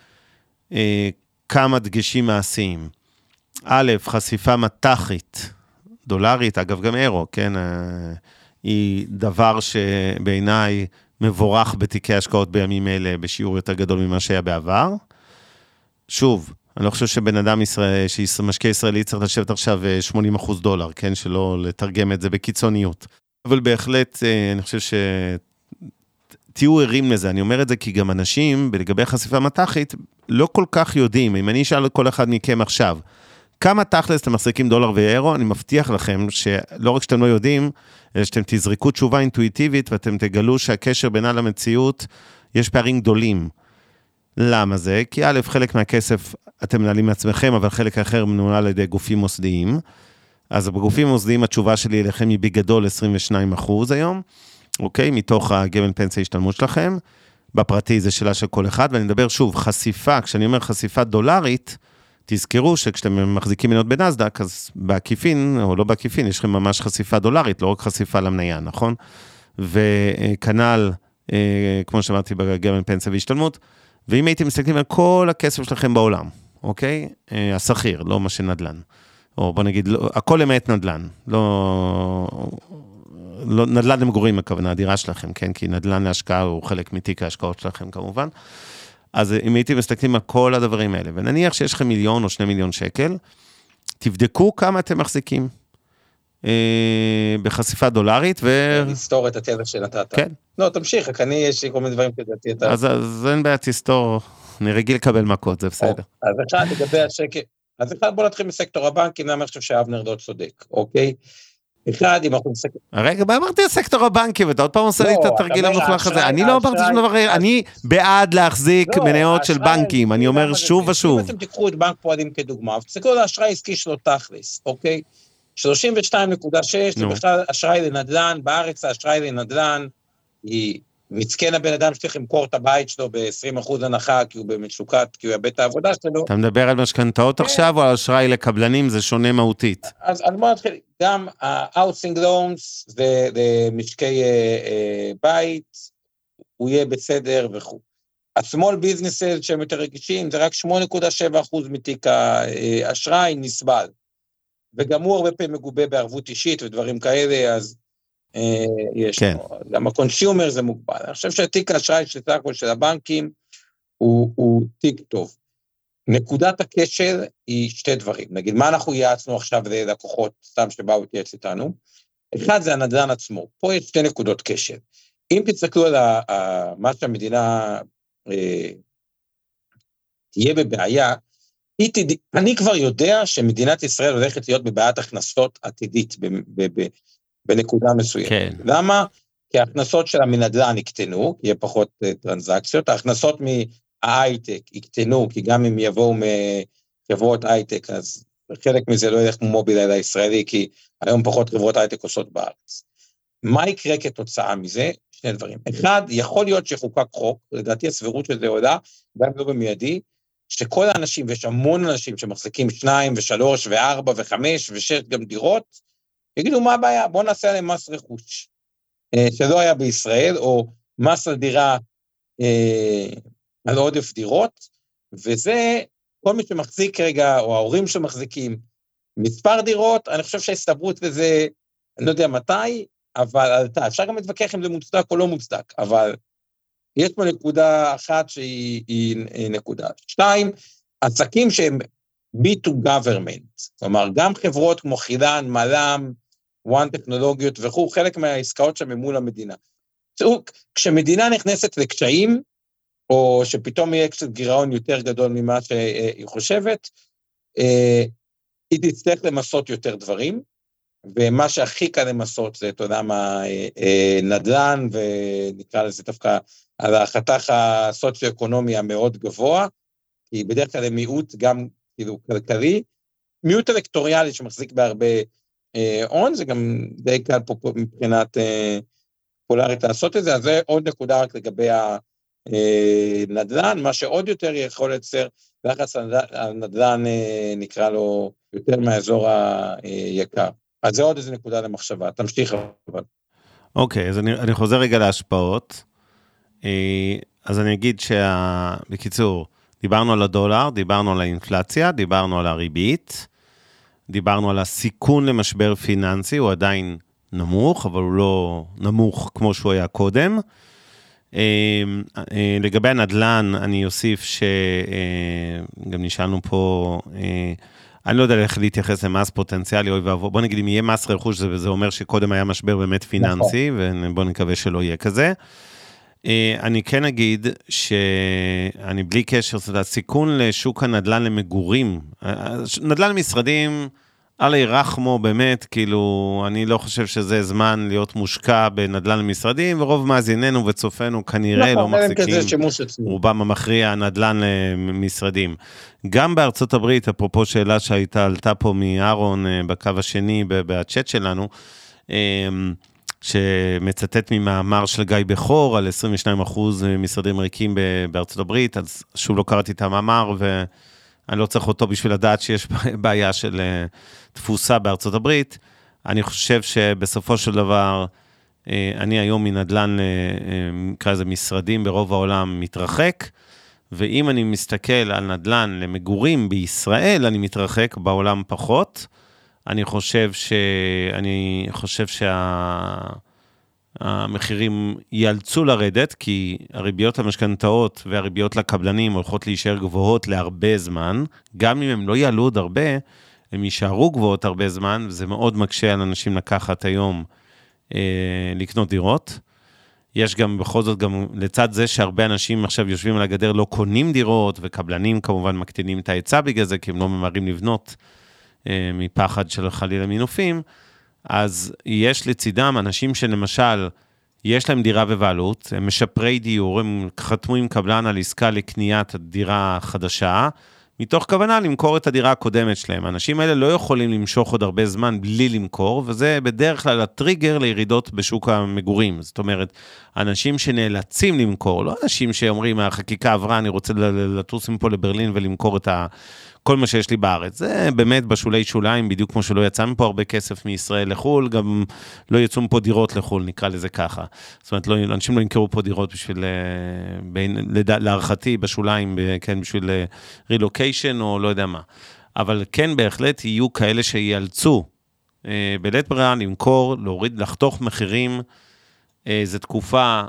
כמה דגשים מעשיים. א', חשיפה מתחית, דולרית, אגב גם אירו, כן, היא דבר שבעיניי מבורך בתיקי השקעות בימים אלה, בשיעור יותר גדול ממה שהיה בעבר. שוב, אני לא חושב שבן אדם שמשקיע ישראלי צריך לשבת עכשיו $80, כן, שלא לתרגם את זה בקיצוניות. אבל בהחלט, אני חושב תהיו ערים לזה, אני אומר את זה כי גם אנשים, בלגבי חשיפה מתחית, לא כל כך יודעים, אם אני אשאל כל אחד מכם עכשיו, כמה תכלס אתם מחזיקים דולר ואירו, אני מבטיח לכם שלא רק שאתם לא יודעים, אלא שאתם תזרקו תשובה אינטואיטיבית, ואתם תגלו שהקשר בינה למציאות, יש פערים גדולים. למה זה? כי א', חלק מהכסף אתם מנהלים מעצמכם, אבל חלק אחר מנוהל על ידי גופים מוסדיים. אז בגופים מוסדיים התשובה שלי אליכם היא בגדול 22% היום, אוקיי? מתוך הגמל פנסיה השתלמות שלכם. בפרטי זה שאלה של כל אחד, ואני מדבר שוב, חשיפה, כשאני אומר חשיפה דולרית, תזכרו שכשאתם מחזיקים מניות בנסדק, אז בעקיפין, או לא בעקיפין, יש לכם ממש חשיפה דולרית, לא רק חשיפה למניה, נכון? וכנל, כמו שאמרתי, בגמל פנסיה והשתלמות, ואם הייתם מסתכלים על כל הכסף שלכם בעולם, אוקיי? הסחיר, לא מה שנדלן. או בוא נגיד, לא, הכל למעט נדלן. לא נדלן למגורים, הכוונה, הדירה שלכם, כן? כי נדלן להשקעה הוא חלק מתיק ההשקעות שלכם, כמובן. אז אם הייתם מסתכלים על כל הדברים האלה, ונניח שיש לכם 1 או 2 מיליון שקל, תבדקו כמה אתם מחזיקים בחשיפה דולרית, לסתור את התזה שנתת. כן. לא, תמשיך, רק אני, יש לי כל מיני דברים כדעתי. אז אין בעיה, תסתור, אני רגיל לקבל מכות, זה בסדר. אז אחד לגבי השקל, אז אחד בוא נתחיל מסקטור הבנקים, למה אני חושב שאבנר לא צודק, אוקיי? אחד, אם אנחנו מסקטור... רגע, מה אמרתי הסקטור הבנקים? ואתה עוד פעם עושה לי את התרגיל המלוכלך הזה. אני לא אמרתי שום דבר, אני בעד להחזיק מניות של בנקים, אני אומר שוב ושוב. אם אתם תיקחו את בנק פועלים כדוגמה, תסתכלו על האשראי העסקי שלו תכלס, אוקיי? 32.6, זה בכלל אשראי לנדל"ן, בארץ האשראי לנדל"ן, היא מצקן הבן אדם שצריך למכור את הבית שלו ב-20% הנחה, כי הוא במצוקת, כי הוא יאבד את העבודה שלו. אתה מדבר על משכנתאות עכשיו, או על אשראי לקבלנים, זה שונה מהותית? אז בוא נתחיל, גם ה-housing loans, זה משקי בית, הוא יהיה בסדר וכו'. ה-small businesses שהם יותר רגישים, זה רק 8.7% מתיק האשראי נסבל. וגם הוא הרבה פעמים מגובה בערבות אישית ודברים כאלה, אז יש כן. גם הקונסיומר זה מוגבל. אני חושב שהתיק האשראי של הבנקים הוא תיק טוב. נקודת הקשר היא שתי דברים. נגיד, מה אנחנו יעצנו עכשיו ללקוחות, סתם שבאו להתייעץ איתנו? אחד זה הנדל"ן עצמו. פה יש שתי נקודות קשר. אם תסתכלו על מה שהמדינה תהיה בבעיה, אני כבר יודע שמדינת ישראל הולכת להיות בבעיית הכנסות עתידית בנקודה מסוימת. כן. למה? כי ההכנסות שלה מנדל"ן יקטנו, כי יהיה פחות טרנזקציות, ההכנסות מההייטק יקטנו, כי גם אם יבואו מחברות הייטק, אז חלק מזה לא ילך מובילאיי לישראלי, כי היום פחות חברות הייטק עושות בארץ. מה יקרה כתוצאה מזה? שני דברים. אחד, יכול להיות שחוקק חוק, לדעתי הסבירות שזה עולה, גם לא במיידי, שכל האנשים, ויש המון אנשים שמחזיקים 2 ו3 ו4 ו5 ו6 גם דירות, יגידו מה הבעיה, בוא נעשה עליהם מס רכוש, שלא היה בישראל, או מס על דירה, על עודף דירות, וזה כל מי שמחזיק רגע, או ההורים שמחזיקים מספר דירות, אני חושב שההסתברות לזה, אני לא יודע מתי, אבל עלתה, אפשר גם להתווכח אם זה מוצדק או לא מוצדק, אבל יש פה נקודה אחת שהיא נקודה. 2, עסקים שהם B2 government, כלומר גם חברות כמו חילן, מלם, וואן טכנולוגיות וכו', חלק מהעסקאות שם מול המדינה. כשמדינה נכנסת לקשיים, או שפתאום יהיה קצת גירעון יותר גדול ממה שהיא חושבת, היא תצטרך למסות יותר דברים, ומה שהכי קל למסות זה, אתה יודע מה, נדל"ן, ונקרא לזה דווקא על החתך הסוציו-אקונומי המאוד גבוה, כי בדרך כלל מיעוט גם כאילו כלכלי, מיעוט אלקטוריאלי שמחזיק בהרבה הון, זה גם די קל פה מבחינת פולרית לעשות את זה, אז זה עוד נקודה רק לגבי הנדל"ן, מה שעוד יותר יכול לייצר לחץ הנדל"ן נקרא לו יותר מהאזור היקר. אז זה עוד איזה נקודה למחשבה, תמשיך אבל. אוקיי, אז אני חוזר רגע להשפעות, אז אני אגיד בקיצור, דיברנו על הדולר, דיברנו על האינפלציה, דיברנו על הריבית, דיברנו על הסיכון למשבר פיננסי, הוא עדיין נמוך, אבל הוא לא נמוך כמו שהוא היה קודם. לגבי הנדל"ן, אני אוסיף שגם נשאלנו פה, אני לא יודע איך להתייחס למס פוטנציאלי, בוא נגיד אם יהיה מס רכוש, זה אומר שקודם היה משבר באמת פיננסי, ובוא נקווה שלא יהיה כזה. אני כן אגיד שאני בלי קשר, זאת אומרת, הסיכון לשוק הנדל"ן למגורים, נדל"ן למשרדים, עלי רחמו באמת, כאילו, אני לא חושב שזה זמן להיות מושקע בנדל"ן למשרדים, ורוב מאזיננו וצופנו כנראה לא מחזיקים, רובם המכריע נדל"ן למשרדים. גם בארצות הברית, אפרופו שאלה עלתה פה מארון בקו השני, בצ'אט שלנו, שמצטט ממאמר של גיא בכור, על 22% משרדים ריקים בארצות הברית, אז שוב לא קראתי את המאמר, אני לא צריך אותו בשביל לדעת שיש בעיה של תפוסה בארצות הברית. אני חושב שבסופו של דבר, אני היום מנדל"ן, נקרא לזה משרדים ברוב העולם מתרחק, ואם אני מסתכל על נדל"ן למגורים בישראל, אני מתרחק בעולם פחות. אני חושב שהמחירים ייאלצו לרדת, כי הריביות למשכנתאות והריביות לקבלנים הולכות להישאר גבוהות להרבה זמן, גם אם הם לא יעלו עוד הרבה, הם יישארו גבוהות הרבה זמן, וזה מאוד מקשה על אנשים לקחת היום לקנות דירות. יש גם בכל זאת, גם לצד זה שהרבה אנשים עכשיו יושבים על הגדר לא קונים דירות, וקבלנים כמובן מקטינים את ההיצע בגלל זה, כי הם לא ממהרים לבנות מפחד של חלילה מינופים, אז יש לצידם אנשים שלמשל, יש להם דירה בבעלות, הם משפרי דיור, הם חתמו עם קבלן על עסקה לקניית דירה חדשה, מתוך כוונה למכור את הדירה הקודמת שלהם. האנשים האלה לא יכולים למשוך עוד הרבה זמן בלי למכור, וזה בדרך כלל הטריגר לירידות בשוק המגורים. זאת אומרת, אנשים שנאלצים למכור, לא אנשים שאומרים, החקיקה עברה, אני רוצה לטוס מפה לברלין ולמכור את כל מה שיש לי בארץ. זה באמת בשולי שוליים, בדיוק כמו שלא יצא מפה הרבה כסף מישראל לחול, גם לא יצאו מפה דירות לחול, נקרא לזה ככה. זאת אומרת, אנשים לא ינקרו פה דירות בשביל, להערכתי, בשוליים, כן, בשביל רילוקיישן או לא יודע מה. אבל כן, בהחלט יהיו כאלה שיאלצו בלית ברירה למכור, להוריד, לחתוך מחירים. זו תקופה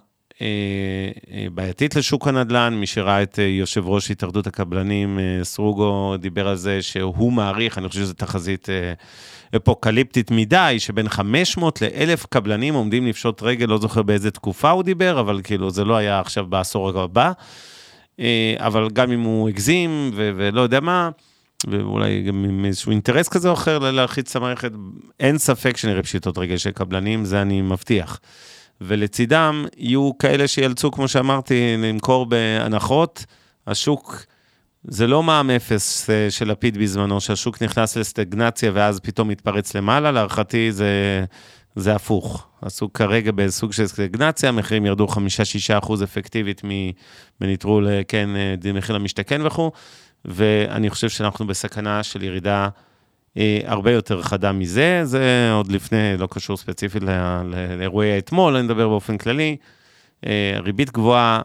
בעייתית לשוק הנדל"ן. מי שראה את יושב ראש התאחדות הקבלנים, סרוגו, דיבר על זה שהוא מעריך, אני חושב שזו תחזית אפוקליפטית מדי, שבין 500 ל-1,000 קבלנים עומדים לפשוט רגל, לא זוכר באיזה תקופה הוא דיבר, אבל כאילו זה לא היה עכשיו בעשור הבא, אבל גם אם הוא הגזים ולא יודע מה, ואולי גם עם איזשהו אינטרס כזה או אחר להלחיץ את המערכת, אין ספק שנראה פשיטות רגל של קבלנים, זה אני מבטיח. ולצידם יהיו כאלה שילצו, כמו שאמרתי, למכור בהנחות. השוק, זה לא מע"מ אפס של לפיד בזמנו, שהשוק נכנס לסטגנציה ואז פתאום מתפרץ למעלה, להערכתי זה הפוך. הסוג כרגע בסוג של סטגנציה, המחירים ירדו 5-6% אפקטיבית בניטרול, כן, מחיר למשתכן וכו', ואני חושב שאנחנו בסכנה של ירידה הרבה יותר חדה מזה, זה עוד לפני, לא קשור ספציפית לאירועי האתמול, אני מדבר באופן כללי, ריבית גבוהה,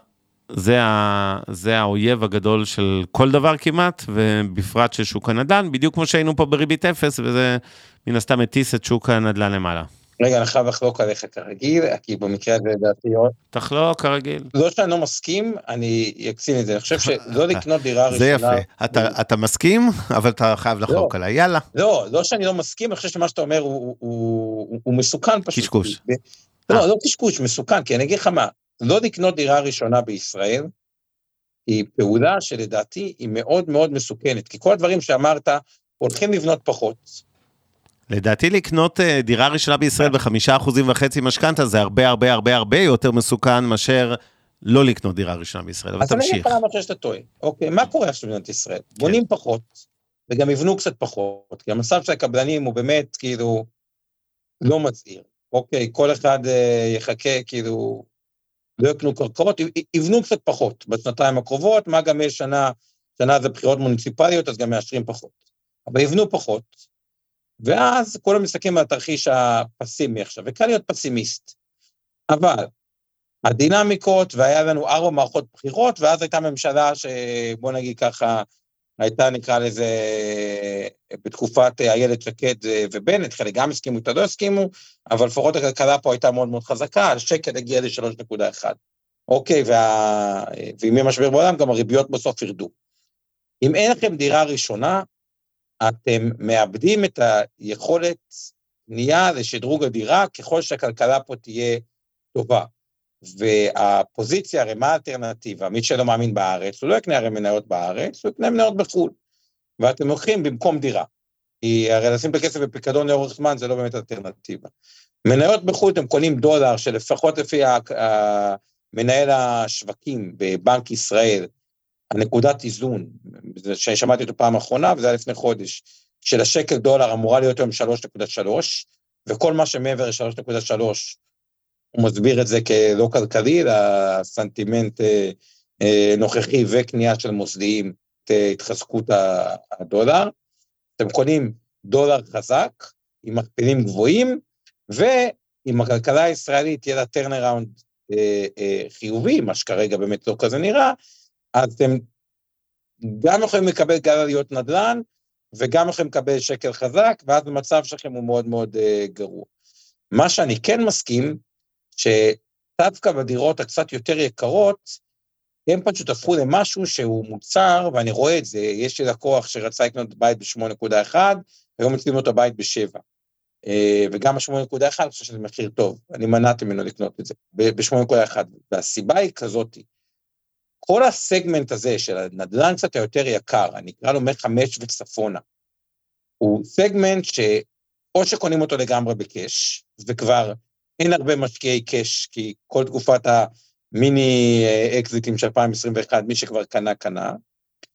זה האויב הגדול של כל דבר כמעט, ובפרט של שוק הנדל"ן, בדיוק כמו שהיינו פה בריבית אפס, וזה מן הסתם מטיס את שוק הנדל"ן למעלה. רגע, אני חייב לחלוק עליך כרגיל, כי במקרה הזה דעתי עוד. תחלוק כרגיל. לא שאני לא מסכים, אני אקצין את זה. אני חושב שלא לקנות דירה ראשונה. זה יפה. אתה מסכים, אבל אתה חייב לחלוק עליי. יאללה. לא שאני לא מסכים, אני חושב שמה שאתה אומר הוא מסוכן פשוט. קשקוש. לא קשקוש, מסוכן, כי אני אגיד לך מה, לא לקנות דירה ראשונה בישראל, היא פעולה שלדעתי היא מאוד מאוד מסוכנת, כי כל הדברים שאמרת, הולכים לבנות פחות. לדעתי לקנות דירה ראשונה בישראל ב5.5% משכנתה, זה הרבה הרבה הרבה הרבה יותר מסוכן מאשר לא לקנות דירה ראשונה בישראל, אבל תמשיך. אז אני אגיד פעם שאתה טועה. אוקיי, מה קורה עכשיו במדינת ישראל? בונים פחות, וגם יבנו קצת פחות, כי המצב של הקבלנים הוא באמת כאילו לא מזהיר. אוקיי, כל אחד יחכה כאילו, לא יקנו קרקעות, יבנו קצת פחות בשנתיים הקרובות, מה גם יש שנה זה בחירות מוניציפליות, אז גם מאשרים פחות. אבל יבנו פחות, ואז כולם מסתכלים על התרחיש הפסימי עכשיו, וקל להיות פסימיסט. אבל הדינמיקות, והיה לנו 4 מערכות בחירות, ואז הייתה ממשלה שבוא נגיד ככה, הייתה נקרא לזה, בתקופת איילת שקד ובנט, חלק גם הסכימו, לא הסכימו, אבל לפחות הכלכלה פה הייתה מאוד מאוד חזקה, השקל הגיע ל3.1. אוקיי, ואם יהיה משבר בעולם, גם הריביות בסוף ירדו. אם אין לכם דירה ראשונה, אתם מאבדים את היכולת בנייה לשדרוג הדירה, ככל שהכלכלה פה תהיה טובה. והפוזיציה, הרי מה האלטרנטיבה? מי שלא מאמין בארץ, הוא לא יקנה הרי מניות בארץ, הוא יקנה מניות בחו"ל. ואתם לוקחים במקום דירה. כי הרי לשים את הכסף בפיקדון לאורך זמן, זה לא באמת אלטרנטיבה. מניות בחו"ל, אתם קונים דולר, שלפחות לפי מנהל השווקים בבנק ישראל, הנקודת איזון, ששמעתי אותו פעם האחרונה, וזה היה לפני חודש, של השקל דולר אמורה להיות היום 3.3, וכל מה שמעבר ל-3.3, הוא מסביר את זה כלא כלכלי, לסנטימנט נוכחי וקנייה של מוסדיים, את התחזקות הדולר, אתם קונים דולר חזק, עם מכפילים גבוהים, ואם הכלכלה הישראלית תהיה לה טרנראונד חיובי, מה שכרגע באמת לא כזה נראה, אז אתם גם יכולים לקבל גל עליות נדל"ן, וגם יכולים לקבל שקל חזק, ואז המצב שלכם הוא מאוד מאוד גרוע. מה שאני כן מסכים, שדווקא בדירות הקצת יותר יקרות, הם פשוט הפכו למשהו שהוא מוצר, ואני רואה את זה, יש לי לקוח שרצה לקנות בית ב8.1, היום מצליבים אותו בית ב7. וגם ה8.1, אני חושב שזה מחיר טוב, אני מנעתי ממנו לקנות את זה, ב8.1, והסיבה היא כזאת, כל הסגמנט הזה של הנדל"ן קצת היותר יקר, אני אקרא לו מ5 וצפונה, הוא סגמנט שאו שקונים אותו לגמרי בקש, וכבר אין הרבה משקיעי קש, כי כל תקופת המיני אקזיטים של 2021, מי שכבר קנה,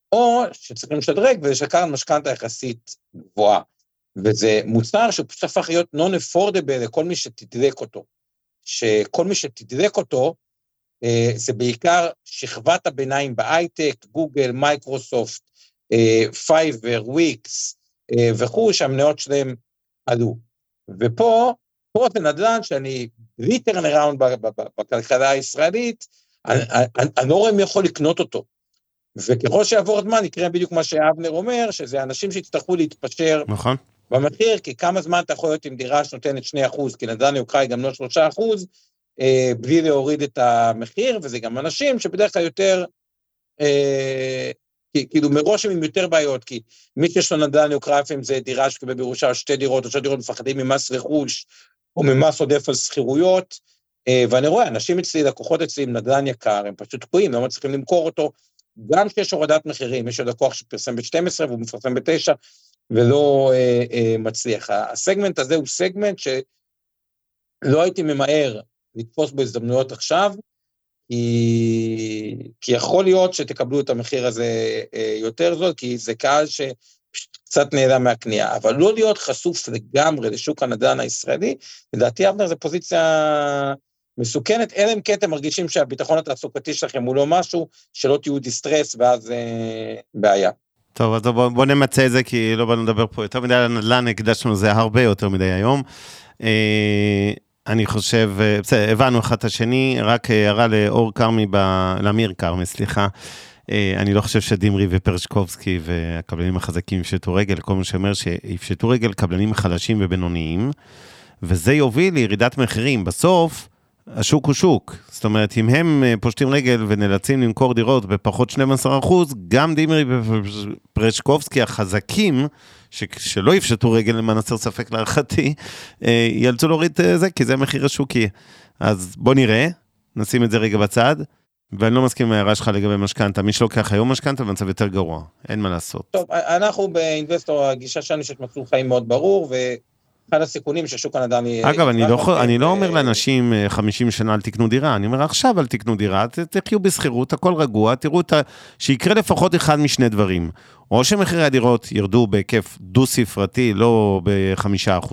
או שצריכים לשדרג ולשקר משכנתה יחסית גבוהה. וזה מוצר שהוא פשוט הפך להיות non-affordable לכל מי שתדלק אותו. שכל מי שתדלק אותו, זה בעיקר שכבת הביניים בהייטק, גוגל, מייקרוסופט, פייבר, וויקס, וכו', שהמניות שלהם עלו. ופה זה נדל"ן שאני בלי טרנראונד בכלכלה הישראלית, אני לא רואה מי יכול לקנות אותו. וככל שיעבור הזמן, יקרה בדיוק מה שאבנר אומר, שזה אנשים שיצטרכו להתפשר נכון. במחיר, כי כמה זמן אתה יכול להיות עם דירה שנותנת 2%, כי נדל"ן יוקרה היא גם לא 3%, בלי להוריד את המחיר, וזה גם אנשים שבדרך כלל יותר, כאילו מראש הם יותר בעיות, כי מי שיש לו נדל"ן יוקרה, אם זה דירה שקבל בירושה, או 2 דירות, או 2 דירות מפחדים ממס רכוש, או ממס עודף על סחירויות, ואני רואה, אנשים אצלי, לקוחות אצלי עם נדל"ן יקר, הם פשוט תקועים, לא מצליחים למכור אותו, גם שיש הורדת מחירים, יש לקוח שפרסם ב-12 והוא מפרסם ב-9, ולא מצליח. הסגמנט הזה הוא סגמנט שלא הייתי ממהר לתפוס בהזדמנויות עכשיו, כי יכול להיות שתקבלו את המחיר הזה יותר זול, כי זה קהל שקצת נעלם מהקנייה, אבל לא להיות חשוף לגמרי לשוק הנדל"ן הישראלי, לדעתי אבנר זה פוזיציה מסוכנת, אלא אם כן אתם מרגישים שהביטחון התעסוקתי שלכם הוא לא משהו, שלא תהיו דיסטרס ואז בעיה. טוב, אז בוא נמצא את זה, כי לא באנו לדבר פה יותר מדי על הנדל"ן, הקדשנו זה הרבה יותר מדי היום. אני חושב, בסדר, הבנו אחד את השני, רק הערה לאור קרמי, לאמיר קרמי, סליחה, אני לא חושב שדימרי ופרשקובסקי והקבלנים החזקים יפשטו רגל, כל מה שאומר שיפשטו רגל קבלנים חלשים ובינוניים, וזה יוביל לירידת מחירים. בסוף, השוק הוא שוק, זאת אומרת, אם הם פושטים רגל ונאלצים למכור דירות בפחות 12%, גם דימרי ופרשקובסקי החזקים, שלא יפשטו רגל למען הסר ספק להערכתי, יאלצו להוריד זה, כי זה המחיר השוקי. אז בוא נראה, נשים את זה רגע בצד, ואני לא מסכים עם ההערה שלך לגבי משכנתה, מי שלוקח היום משכנתה במצב יותר גרוע, אין מה לעשות. טוב, אנחנו באינבסטור, הגישה שלנו שיש מסלול חיים מאוד ברור, אחד הסיכונים ששוק הנדל"ן... אגב, אני לא אומר לאנשים 50 שנה אל תקנו דירה, אני אומר עכשיו אל תקנו דירה, תחיו בסחירות, הכל רגוע, תראו שיקרה לפחות אחד משני דברים, או שמחירי הדירות ירדו בהיקף דו-ספרתי, לא ב5%,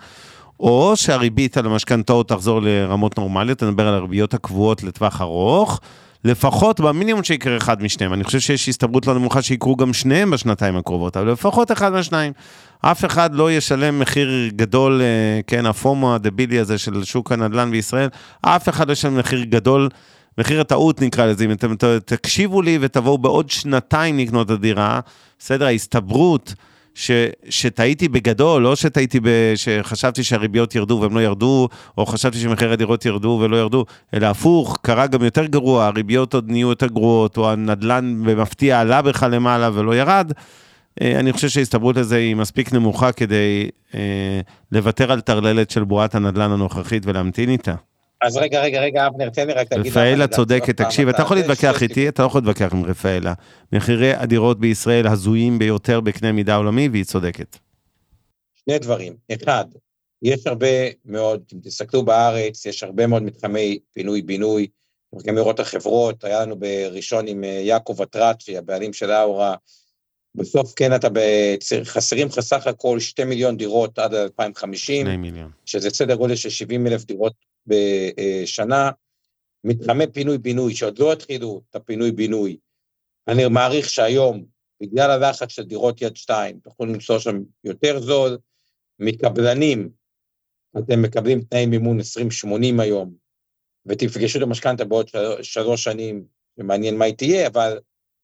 או שהריבית על המשכנתאות תחזור לרמות נורמליות, אני מדבר על הריביות הקבועות לטווח ארוך, לפחות במינימום שיקרה אחד משניהם, אני חושב שיש הסתברות לא נמוכה שיקרו גם שניהם בשנתיים הקרובות, אבל לפחות אחד מהשניים, אף אחד לא ישלם מחיר גדול, כן, הפומו הדבילי הזה של שוק הנדל"ן בישראל, אף אחד לא ישלם מחיר גדול, מחיר הטעות נקרא לזה, אם אתם תקשיבו לי ותבואו בעוד שנתיים לקנות את הדירה, בסדר, ההסתברות שטעיתי בגדול, לא שטעיתי שחשבתי שהריביות ירדו והם לא ירדו, או חשבתי שמחיר הדירות ירדו ולא ירדו, אלא הפוך, קרה גם יותר גרוע, הריביות עוד נהיו יותר גרועות, או הנדל"ן במפתיע עלה בכלל למעלה ולא ירד, אני חושב שההסתברות לזה היא מספיק נמוכה כדי לוותר על תרללת של בועת הנדל"ן הנוכחית ולהמתין איתה. אז רגע, אבנר, תן לי רק להגיד... רפאלה צודקת, תקשיב, אתה יכול להתווכח איתי, אתה לא יכול להתווכח עם רפאלה. מחירי הדירות בישראל הזויים ביותר בקנה מידה עולמי, והיא צודקת. שני דברים. אחד, יש הרבה מאוד, אם תסתכלו בארץ, יש הרבה מאוד מתחמי פינוי-בינוי, גם לראות החברות, היה לנו בראשון עם יעקב אטרצ'י, הבעלים של האורה, בסוף כן אתה חסרים חסך הכל 2 מיליון דירות עד 2050, 2 מיליון. שזה סדר גודל של 70,000 דירות בשנה, מתחמי פינוי-בינוי, שעוד לא התחילו את הפינוי-בינוי, אני מעריך שהיום, בגלל הלחץ של דירות יד 2, תוכלו למצוא שם יותר זול, מקבלנים, אתם מקבלים תנאי מימון 20-80 היום, ותפגשו את המשכנתה בעוד 3 שנים, ומעניין מה היא תהיה, אבל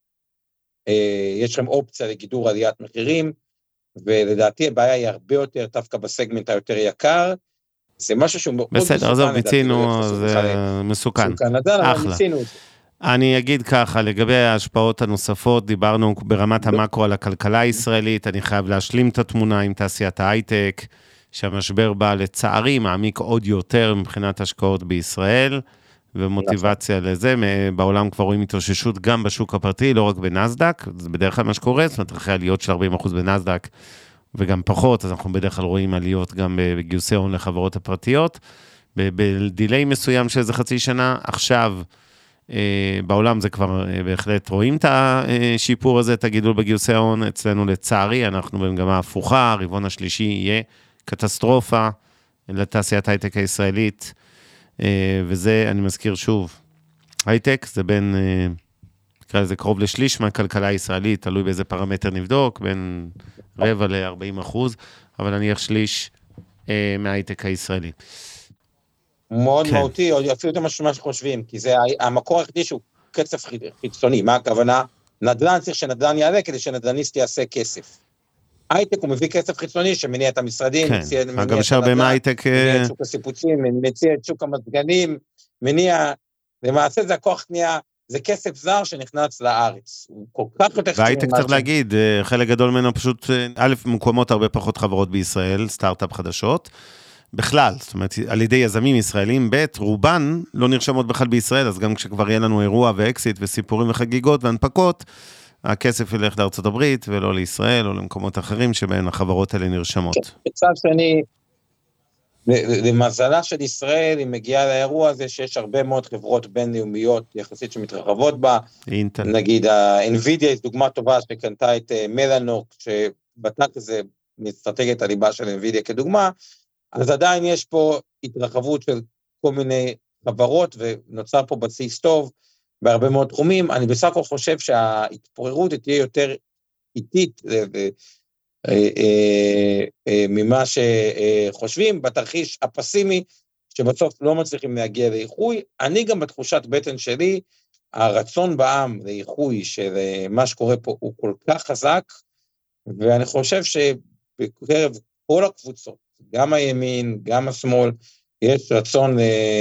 יש לכם אופציה לגידור עליית מחירים, ולדעתי הבעיה היא הרבה יותר, דווקא בסגמנט היותר יקר, זה משהו שהוא מאוד מסוכן. בסדר, אז מיצינו, זה מסוכן. אחלה. אני אגיד ככה, לגבי ההשפעות הנוספות, דיברנו ברמת המקרו על הכלכלה הישראלית, אני חייב להשלים את התמונה עם תעשיית ההייטק, שהמשבר בא לצערי מעמיק עוד יותר מבחינת השקעות בישראל, ומוטיבציה לזה, בעולם כבר רואים התאוששות גם בשוק הפרטי, לא רק בנסדק, זה בדרך כלל מה שקורה, זאת אומרת, אחרי עליות של 40% בנסדק, וגם פחות, אז אנחנו בדרך כלל רואים עליות גם בגיוסי הון לחברות הפרטיות, בדילי מסוים של איזה חצי שנה, עכשיו בעולם זה כבר בהחלט רואים את השיפור הזה, את הגידול בגיוסי ההון, אצלנו לצערי, אנחנו במגמה הפוכה, הרבעון השלישי יהיה קטסטרופה לתעשיית הייטק הישראלית, וזה, אני מזכיר שוב, הייטק זה בין, נקרא לזה קרוב לשליש מהכלכלה הישראלית, תלוי באיזה פרמטר נבדוק, בין 40% ל-40%, אבל נניח שליש מההייטק הישראלי. מאוד מהותי, או אפילו יותר מה שחושבים, כי זה המקור היחידי שהוא קצב חיצוני, מה הכוונה? נדל"ן צריך שנדל"ן יעלה, כדי שנדל"ניסט יעשה כסף. הייטק הוא מביא כסף חיצוני, שמניע את המשרדים, כן, גם שהרבה מהייטק... מניע את שוק הסיפוצים, מציע את שוק המזגנים, מניע, למעשה זה הכוח קנייה, זה כסף זר שנכנס לארץ. הוא כל כך יותר חשוב. והייטק צריך להגיד, חלק גדול ממנו פשוט, א', מקומות הרבה פחות חברות בישראל, סטארט-אפ חדשות, בכלל, זאת אומרת, על ידי יזמים ישראלים, ב', רובן לא נרשמות בכלל בישראל, אז גם כשכבר יהיה לנו אירוע ואקסיט וסיפורים וחגיגות והנפקות, הכסף ילך לארצות הברית ולא לישראל או למקומות אחרים שבהם החברות האלה נרשמות. בצד שני, למזלה של ישראל, היא מגיעה לאירוע הזה שיש הרבה מאוד חברות בינלאומיות יחסית שמתרחבות בה. אינטל. נגיד, ה-NVIDIA היא דוגמה טובה שקנתה את מלאנוק, שבטק זה מאסטרטגיית הליבה של NVIDIA כדוגמה, אז עדיין יש פה התרחבות של כל מיני חברות, ונוצר פה בסיס טוב בהרבה מאוד תחומים. אני בסך הכל חושב שההתפוררות תהיה יותר איטית ממה שחושבים, בתרחיש הפסימי, שבסוף לא מצליחים להגיע לאיחוי. אני גם בתחושת בטן שלי, הרצון בעם לאיחוי של מה שקורה פה הוא כל כך חזק, ואני חושב שבקרב כל הקבוצות, גם הימין, גם השמאל, יש רצון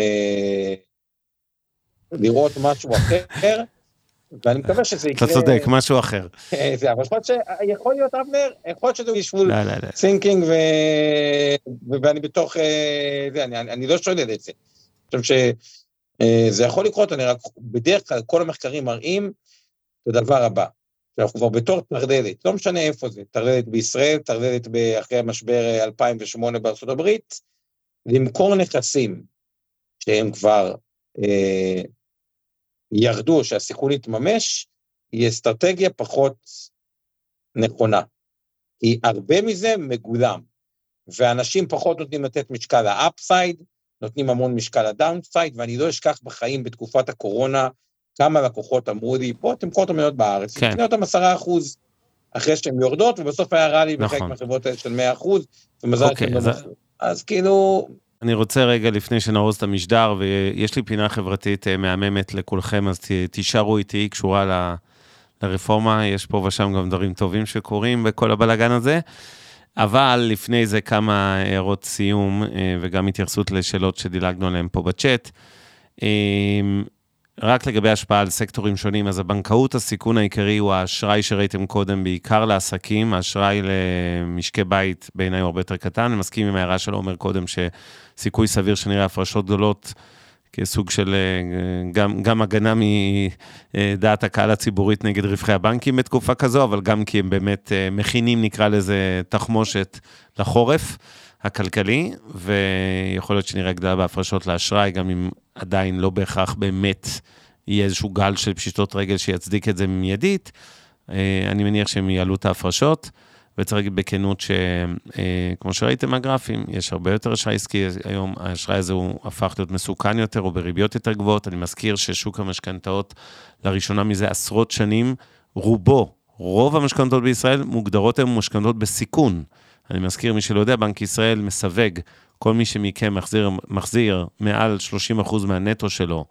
לראות משהו אחר, ואני מקווה שזה יקרה... אתה צודק, משהו אחר. זה, אבל יכול להיות אבנר, יכול להיות שזה ישבול סינקינג, ואני בתוך זה, אני לא שולל את זה. אני חושב שזה יכול לקרות, אני רק בדרך כלל כל המחקרים מראים את הדבר הבא. אנחנו כבר בתור תרדלת, לא משנה איפה זה, תרדלת בישראל, תרדלת אחרי המשבר 2008 בארצות הברית, למכור נכסים שהם כבר ירדו, שהסיכון יתממש, היא אסטרטגיה פחות נכונה. כי הרבה מזה מגולם, ואנשים פחות נותנים לתת משקל לאפסייד, נותנים המון משקל לדאונסייד, ואני לא אשכח בחיים בתקופת הקורונה, כמה לקוחות אמרו לי, פה תמכור אותם מאוד בארץ, תקנה אותם 10% אחרי שהן יורדות, ובסוף היה רע לי בחלק מהחברות האלה של 100%, ומזל שהם לא מכרו. אז כאילו... אני רוצה רגע לפני שנרוז את המשדר, ויש לי פינה חברתית מהממת לכולכם, אז תישארו איתי, קשורה לרפורמה, יש פה ושם גם דברים טובים שקורים בכל הבלגן הזה, אבל לפני זה כמה הערות סיום, וגם התייחסות לשאלות שדילגנו עליהן פה בצ'אט, רק לגבי השפעה על סקטורים שונים, אז הבנקאות, הסיכון העיקרי הוא האשראי שראיתם קודם, בעיקר לעסקים, האשראי למשקי בית בעיניי הוא הרבה יותר קטן, אני מסכים עם ההערה שלו, אומר קודם שסיכוי סביר שנראה הפרשות גדולות, כסוג של גם הגנה מדעת הקהל הציבורית נגד רווחי הבנקים בתקופה כזו, אבל גם כי הם באמת מכינים, נקרא לזה, תחמושת לחורף הכלכלי, ויכול להיות שנראה גדלה בהפרשות לאשראי, גם אם עדיין לא בהכרח באמת יהיה איזשהו גל של פשיטות רגל שיצדיק את זה מיידית, אני מניח שהם יעלו את ההפרשות, וצריך להגיד בכנות שכמו שראיתם מהגרפים, יש הרבה יותר אשראי עסקי, היום האשראי הזה הוא הפך להיות מסוכן יותר, או בריביות יותר גבוהות, אני מזכיר ששוק המשכנתאות לראשונה מזה עשרות שנים, רוב המשכנתאות בישראל מוגדרות היום משכנתאות בסיכון, אני מזכיר, מי שלא יודע, בנק ישראל מסווג, כל מי שמכם מחזיר מעל 30% מהנטו שלו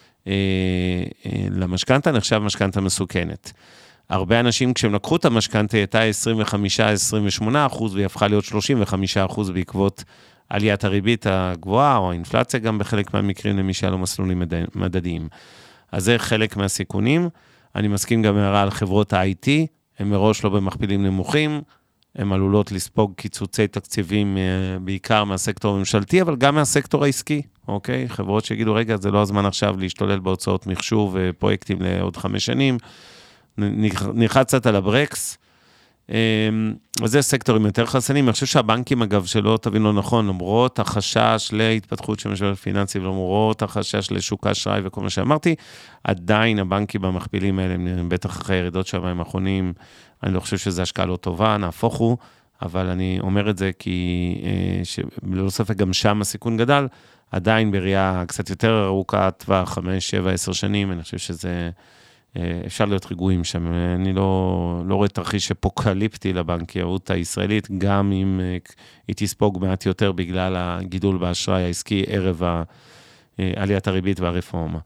למשכנתה, נחשב משכנתה מסוכנת. הרבה אנשים, כשהם לקחו את המשכנתה, הייתה 25-28%, והיא הפכה להיות 35% בעקבות עליית הריבית הגבוהה, או האינפלציה גם בחלק מהמקרים למי שהיה לו מסלולים מדדיים. אז זה חלק מהסיכונים. אני מסכים גם מהראה על חברות ה-IT, הם מראש לא במכפילים נמוכים, הן עלולות לספוג קיצוצי תקציבים בעיקר מהסקטור הממשלתי, אבל גם מהסקטור העסקי, אוקיי? חברות שיגידו, רגע, זה לא הזמן עכשיו להשתולל בהוצאות מחשוב ופרויקטים לעוד 5 שנים, נלחץ קצת על הברקס, אז זה סקטורים יותר חסנים. אני חושב שהבנקים, אגב, שלא תבין לא נכון, למרות החשש להתפתחות של משבר פיננסי, ולמרות החשש לשוק האשראי וכל מה שאמרתי, עדיין הבנקים במכפילים האלה, בטח אחרי ירידות שבהם האחרונים, אני לא חושב שזו השקעה לא טובה, נהפוך הוא, אבל אני אומר את זה כי, ללא ספק גם שם הסיכון גדל, עדיין בראייה קצת יותר ארוכה, טווח 5, 7, 10 שנים, אני חושב שזה, אפשר להיות רגועים שם. אני לא רואה תרחיש אפוקליפטי לבנקאות הישראלית, גם אם היא תספוג מעט יותר בגלל הגידול באשראי העסקי ערב עליית הריבית והרפורמה.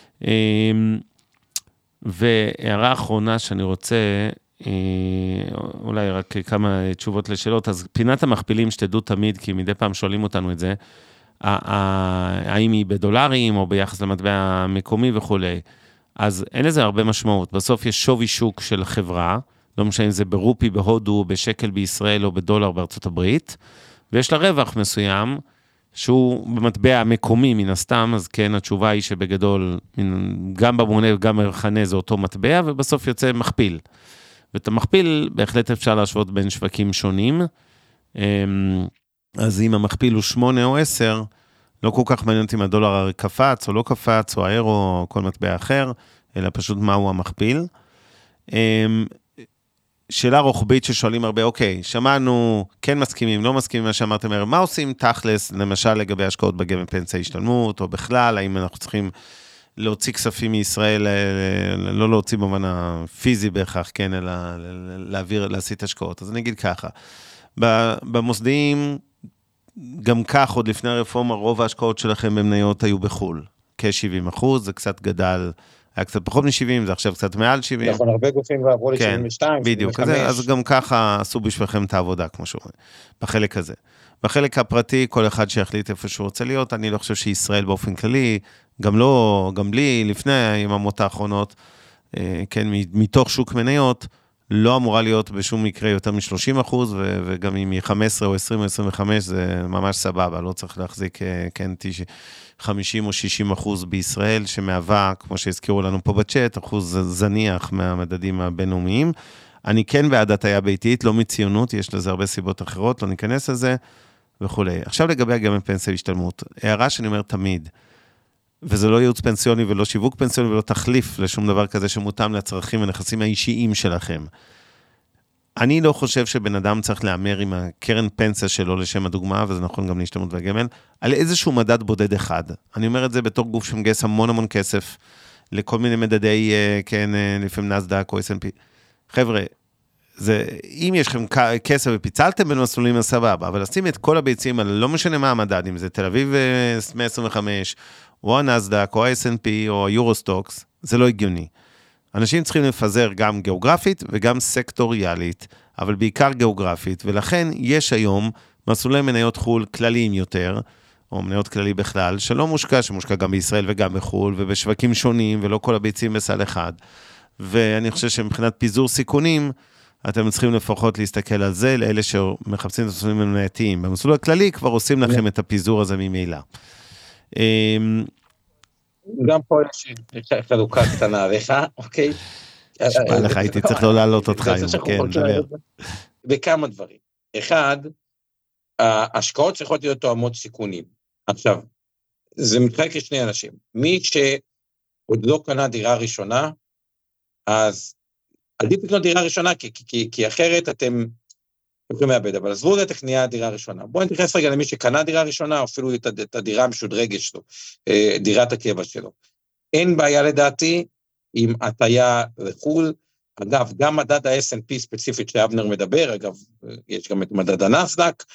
והערה האחרונה שאני רוצה, אולי רק כמה תשובות לשאלות, אז פינת המכפילים שתדעו תמיד, כי מדי פעם שואלים אותנו את זה, האם היא בדולרים או ביחס למטבע המקומי וכו'. אז אין לזה הרבה משמעות. בסוף יש שווי שוק של חברה, לא משנה אם זה ברופי, בהודו, בשקל בישראל או בדולר בארצות הברית, ויש לה רווח מסוים, שהוא במטבע המקומי מן הסתם, אז כן, התשובה היא שבגדול, גם במונה וגם במכנה זה אותו מטבע, ובסוף יוצא מכפיל. ואת המכפיל בהחלט אפשר להשוות בין שווקים שונים, אז אם המכפיל הוא 8 או 10, לא כל כך מעניין אם הדולר קפץ או לא קפץ, או האירו או כל מטבע אחר, אלא פשוט מהו המכפיל. שאלה רוחבית ששואלים הרבה, אוקיי, שמענו, כן מסכימים, לא מסכימים מה שאמרתם, מה עושים תכלס, למשל לגבי השקעות בגמל פנסיה השתלמות, או בכלל, האם אנחנו צריכים להוציא כספים מישראל, לא להוציא במובן הפיזי בהכרח, כן, אלא להסיט השקעות. אז אני אגיד ככה, במוסדיים, גם כך, עוד לפני הרפורמה, רוב ההשקעות שלכם במניות היו בחול, כ-70%, זה קצת גדל, היה קצת פחות מ-70, זה עכשיו קצת מעל 70. נכון, הרבה גופים ועברו ל-72, כן, בדיוק, אז גם ככה עשו בשבילכם את העבודה, כמו שאומרים, בחלק הזה. בחלק הפרטי, כל אחד שיחליט איפה שהוא רוצה להיות, אני לא חושב שישראל באופן כללי, גם בלי, לפני היממות האחרונות, כן, מתוך שוק מניות, לא אמורה להיות בשום מקרה יותר מ-30%, וגם אם היא 15 או 20 או 25, זה ממש סבבה, לא צריך להחזיק, כן, 50 או 60% בישראל, שמהווה, כמו שהזכירו לנו פה בצ'אט, אחוז זניח מהמדדים הבינלאומיים. אני כן בעד הטעיה ביתית, לא מציונות, יש לזה הרבה סיבות אחרות, לא ניכנס לזה, וכו'. עכשיו לגבי גם פנסיה השתלמות, הערה שאני אומר תמיד, וזה לא ייעוץ פנסיוני ולא שיווק פנסיוני ולא תחליף לשום דבר כזה שמותאם לצרכים ונכסים האישיים שלכם. אני לא חושב שבן אדם צריך לאמר עם הקרן פנסיה שלו לשם הדוגמה, וזה נכון גם להשתלמות והגמל, על איזשהו מדד בודד אחד. אני אומר את זה בתור גוף שמגייס המון כסף, לכל מיני מדדי, כן, לפעמים נסדק או S&P. חבר'ה, אם יש לכם כסף ופיצלתם בין מסלולים הסבבה, אבל לשים את כל הביצים על לא משנה מה המדד, אם זה תל אביב 125, או הנסדק, או ה-S&P, או היורוסטוקס, זה לא הגיוני. אנשים צריכים לפזר גם גיאוגרפית וגם סקטוריאלית, אבל בעיקר גיאוגרפית, ולכן יש היום מסלולי מניות חול כלליים יותר, או מניות כללי בכלל, שלא מושקע, שמושקע גם בישראל וגם בחול, ובשווקים שונים, ולא כל הביצים בסל אחד. ואני חושב שמבחינת פיזור סיכונים, אתם צריכים לפחות להסתכל על זה, לאלה שמחפשים את המסלולים המנייתיים. במסלול הכללי כבר עושים לכם את הפיזור הזה ממילא. גם פה יש חלוקה קטנה עליך, אוקיי? שפע לך, הייתי צריך לא להעלות אותך היום, כן, דבר. בכמה דברים. אחד, ההשקעות צריכות להיות תואמות סיכונים. עכשיו, זה מתחלק לשני אנשים. מי שעוד לא קנה דירה ראשונה, אז עדיף לקנות דירה ראשונה, כי אחרת אתם יכולים לאבד, אבל עזבו את הקנייה דירה ראשונה. בואו נתייחס רגע למי שקנה דירה ראשונה, או אפילו את הדירה המשודרגת שלו, דירת הקבע שלו. אין בעיה לדעתי עם הטיה לחול. אגב, גם מדד ה-S&P ספציפית שאבנר מדבר, אגב, יש גם את מדד הנסדק,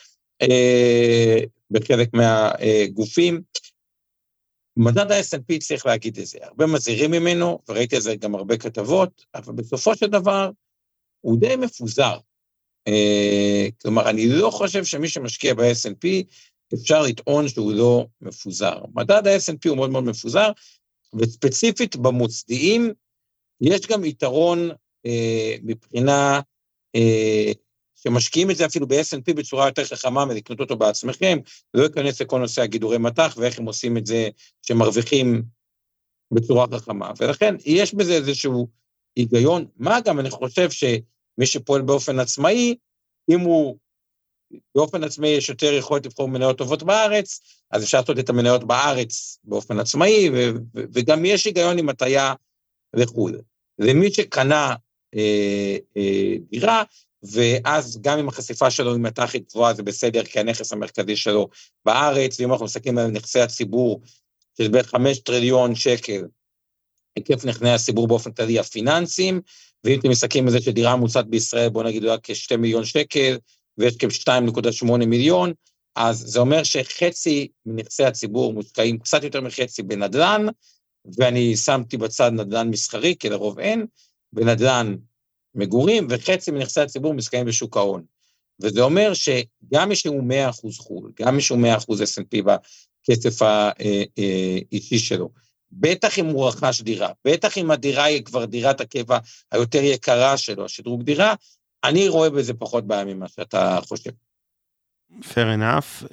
בחלק מהגופים. מדד ה-S&P צריך להגיד את זה, הרבה מזהירים ממנו, וראיתי את זה גם הרבה כתבות, אבל בסופו של דבר, הוא די מפוזר. כלומר, אני לא חושב שמי שמשקיע ב-S&P, אפשר לטעון שהוא לא מפוזר. מדד ה-S&P הוא מאוד מאוד מפוזר, וספציפית במוסדיים, יש גם יתרון מבחינה, שמשקיעים את זה אפילו ב-S&P בצורה יותר חכמה, ולקנות אותו בעצמכם, לא ייכנס לכל נושא הגידורי מתח, ואיך הם עושים את זה שמרוויחים בצורה חכמה. ולכן, יש בזה איזשהו היגיון, מה גם אני חושב מי שפועל באופן עצמאי, אם הוא באופן עצמאי יש יותר יכולת לבחור מניות טובות בארץ, אז אפשר לעשות את המניות בארץ באופן עצמאי, וגם יש היגיון עם הטיה וכו'. ומי שקנה דירה, ואז גם אם החשיפה שלו עם מטה הכי גבוהה זה בסדר, כי הנכס המרכזי שלו בארץ, ואם אנחנו מסתכלים על נכסי הציבור, של בערך 5 טריליון שקל, היקף נכסי הציבור באופן כללי הפיננסים, ואם אתם מסתכלים על זה שדירה מוצעת בישראל, בואו נגיד כ2 מיליון שקל, ויש כ2.8 מיליון, אז זה אומר שחצי מנכסי הציבור מושקעים, קצת יותר מחצי בנדל"ן, ואני שמתי בצד נדל"ן מסחרי, כי לרוב אין, בנדל"ן מגורים, וחצי מנכסי הציבור מושקעים בשוק ההון. וזה אומר שגם מי שהוא 100% חול, גם מי שהוא 100% S&P בכסף האישי שלו, בטח אם הוא רכש דירה, בטח אם הדירה היא כבר דירת הקבע היותר יקרה שלו, השדרוג דירה, אני רואה בזה פחות בעיה ממה שאתה חושב. Fair enough.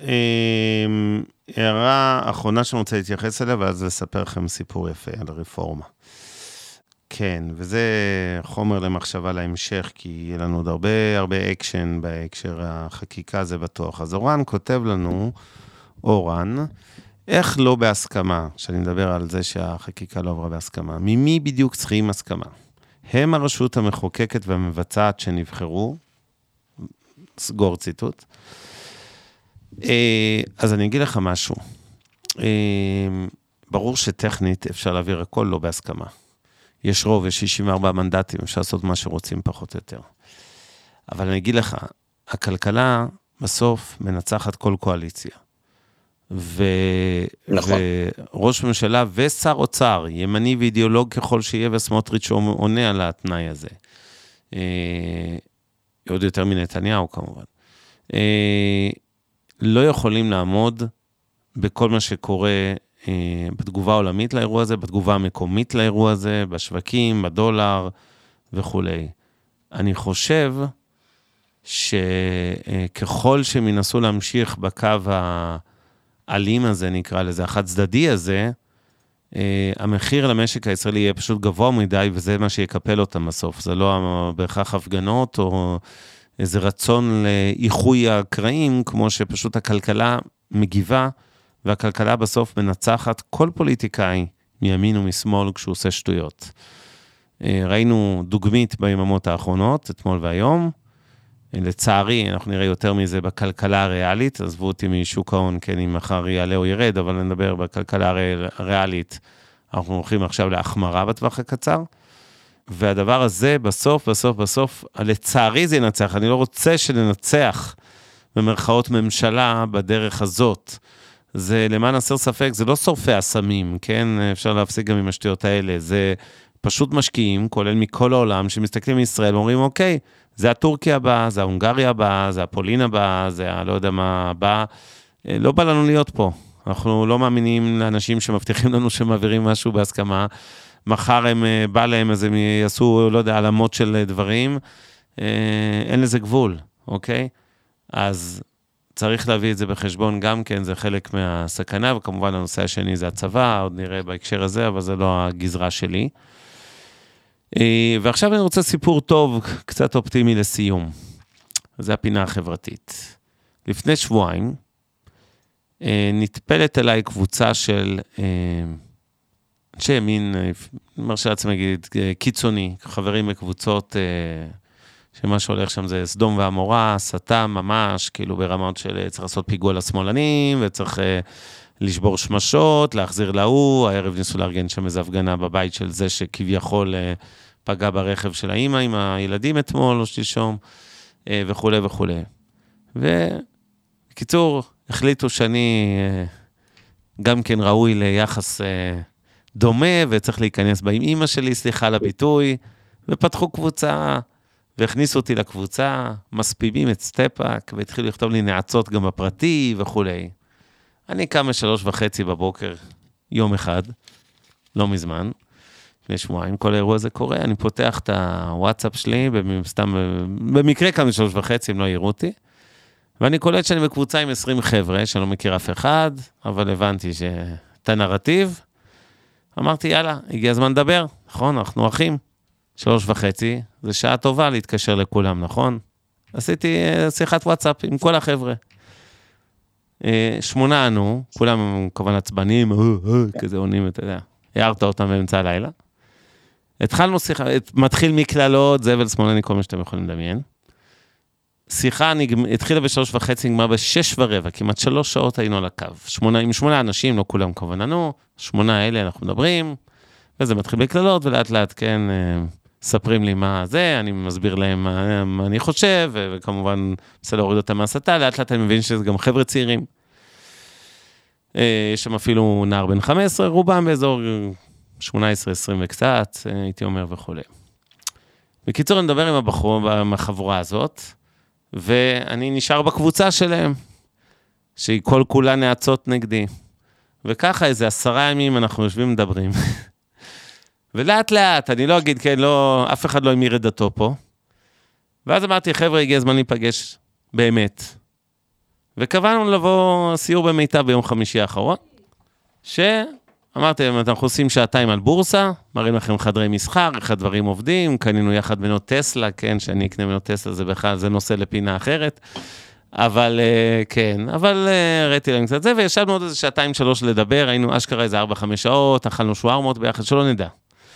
הערה האחרונה שאני רוצה להתייחס אליה, ואז לספר לכם סיפור יפה על הרפורמה. כן, וזה חומר למחשבה להמשך, כי יהיה לנו עוד הרבה אקשן בהקשר החקיקה, זה בטוח. אז אורן כותב לנו, אורן, איך לא בהסכמה, שאני מדבר על זה שהחקיקה לא עברה בהסכמה, ממי בדיוק צריכים הסכמה? הם הרשות המחוקקת והמבצעת שנבחרו, סגור ציטוט. אז אני אגיד לך משהו. ברור שטכנית אפשר להעביר הכל לא בהסכמה. יש רוב, יש 64 מנדטים, אפשר לעשות מה שרוצים פחות או יותר. אבל אני אגיד לך, הכלכלה בסוף מנצחת כל קואליציה. וראש ממשלה ושר אוצר, ימני ואידיאולוג ככל שיהיה, וסמוטריץ' עונה על התנאי הזה. עוד יותר מנתניהו כמובן. לא יכולים לעמוד בכל מה שקורה בתגובה העולמית לאירוע הזה, בתגובה המקומית לאירוע הזה, בשווקים, בדולר וכו'. אני חושב שככל שהם ינסו להמשיך בקו האלים הזה, נקרא לזה, החד צדדי הזה, המחיר למשק הישראלי יהיה פשוט גבוה מדי, וזה מה שיקפל אותם בסוף. זה לא בהכרח הפגנות או איזה רצון לאיחוי הקרעים, כמו שפשוט הכלכלה מגיבה, והכלכלה בסוף מנצחת כל פוליטיקאי מימין ומשמאל כשהוא עושה שטויות. ראינו דוגמית ביממות האחרונות, אתמול והיום. לצערי, אנחנו נראה יותר מזה בכלכלה הריאלית, עזבו אותי משוק ההון, כן, אם מחר יעלה או ירד, אבל נדבר בכלכלה הריאלית, אנחנו הולכים עכשיו להחמרה בטווח הקצר, והדבר הזה בסוף, לצערי זה ינצח, אני לא רוצה שננצח במרכאות ממשלה בדרך הזאת, זה למען הסר ספק, זה לא שורפי הסמים, כן, אפשר להפסיק גם עם השטויות האלה, זה פשוט משקיעים, כולל מכל העולם, שמסתכלים מישראל, אומרים, אוקיי, זה הטורקיה הבא, זה ההונגריה הבא, זה הפולין הבא, זה הלא יודע מה הבא, לא בא לנו להיות פה, אנחנו לא מאמינים לאנשים שמבטיחים לנו שמעבירים משהו בהסכמה, מחר הם בא להם, אז הם יעשו, לא יודע, עלמות של דברים, אין לזה גבול, אוקיי? אז צריך להביא את זה בחשבון גם כן, זה חלק מהסכנה, וכמובן הנושא השני זה הצבא, עוד נראה בהקשר הזה, אבל זה לא הגזרה שלי. ועכשיו אני רוצה סיפור טוב, קצת אופטימי לסיום. זה הפינה החברתית. לפני שבועיים, נטפלת אליי קבוצה של אנשי ימין, מרשה לעצמי להגיד, קיצוני, חברים בקבוצות, שמה שהולך שם זה סדום ועמורה, סתה ממש, כאילו ברמות של צריך לעשות פיגוע לשמאלנים, וצריך לשבור שמשות, להחזיר להוא, הערב ניסו לארגן שם איזו הפגנה בבית של זה שכביכול פגע ברכב של האמא עם הילדים אתמול או שלשום, וכו' וכו'. ובקיצור, החליטו שאני גם כן ראוי ליחס דומה, וצריך להיכנס בה עם אמא שלי, סליחה לביטוי, ופתחו קבוצה, והכניסו אותי לקבוצה, מספיבים את סטפאק, והתחילו לכתוב לי נעצות גם בפרטי וכו'. אני קם 3:30 בבוקר, יום אחד, לא מזמן, לפני שבועיים, כל האירוע הזה קורה, אני פותח את הוואטסאפ שלי, במקרה קם 3:30, הם לא יראו אותי, ואני קולט שאני בקבוצה עם 20 חבר'ה, שאני לא מכיר אף אחד, אבל הבנתי שאת הנרטיב, אמרתי, יאללה, הגיע הזמן לדבר, נכון, אנחנו אחים. 3:30, זה שעה טובה להתקשר לכולם, נכון? עשיתי שיחת וואטסאפ עם כל החבר'ה. 8 ענו, כולם כמובן עצבנים, כזה עונים, אתה יודע, הערת אותם באמצע הלילה. התחלנו שיחה, מתחיל מכללות, זבל שמאלני, כל מה שאתם יכולים לדמיין. שיחה התחילה ב3:30, נגמר ב6:15, כמעט 3 שעות היינו על הקו. עם 8 אנשים, לא כולם כמובן ענו, 8 האלה אנחנו מדברים, וזה מתחיל בכללות, ולאט לאט, כן, ספרים לי מה זה, אני מסביר להם מה אני חושב, וכמובן, בסדר, להוריד אותם מהסתה, לאט לאט אני מבין שזה גם חבר'ה צעירים. יש שם אפילו נער בן 15, רובם באזור 18, 20 וקצת, הייתי אומר וכו'. בקיצור, אני מדבר עם הבחור, עם החבורה הזאת, ואני נשאר בקבוצה שלהם, שהיא כל כולה נעצות נגדי. וככה, איזה 10 ימים אנחנו יושבים מדברים. ולאט לאט, אני לא אגיד, כן, לא, אף אחד לא אמיר את דתו פה. ואז אמרתי, חבר'ה, הגיע הזמן להיפגש, באמת. וקבענו לבוא סיור במיטב ביום חמישי האחרון, שאמרתי, אנחנו עושים 2 שעתיים על בורסה, מראים לכם חדרי מסחר, איך הדברים עובדים, קנינו יחד מנות טסלה, כן, שאני אקנה מנות טסלה, זה בכלל, זה נושא לפינה אחרת. אבל כן, אבל ראיתי להם קצת זה, וישבנו עוד איזה 2-3 לדבר, היינו אשכרה איזה 4-5 שעות, אכלנו שווארמות ביחד, שלא נדע.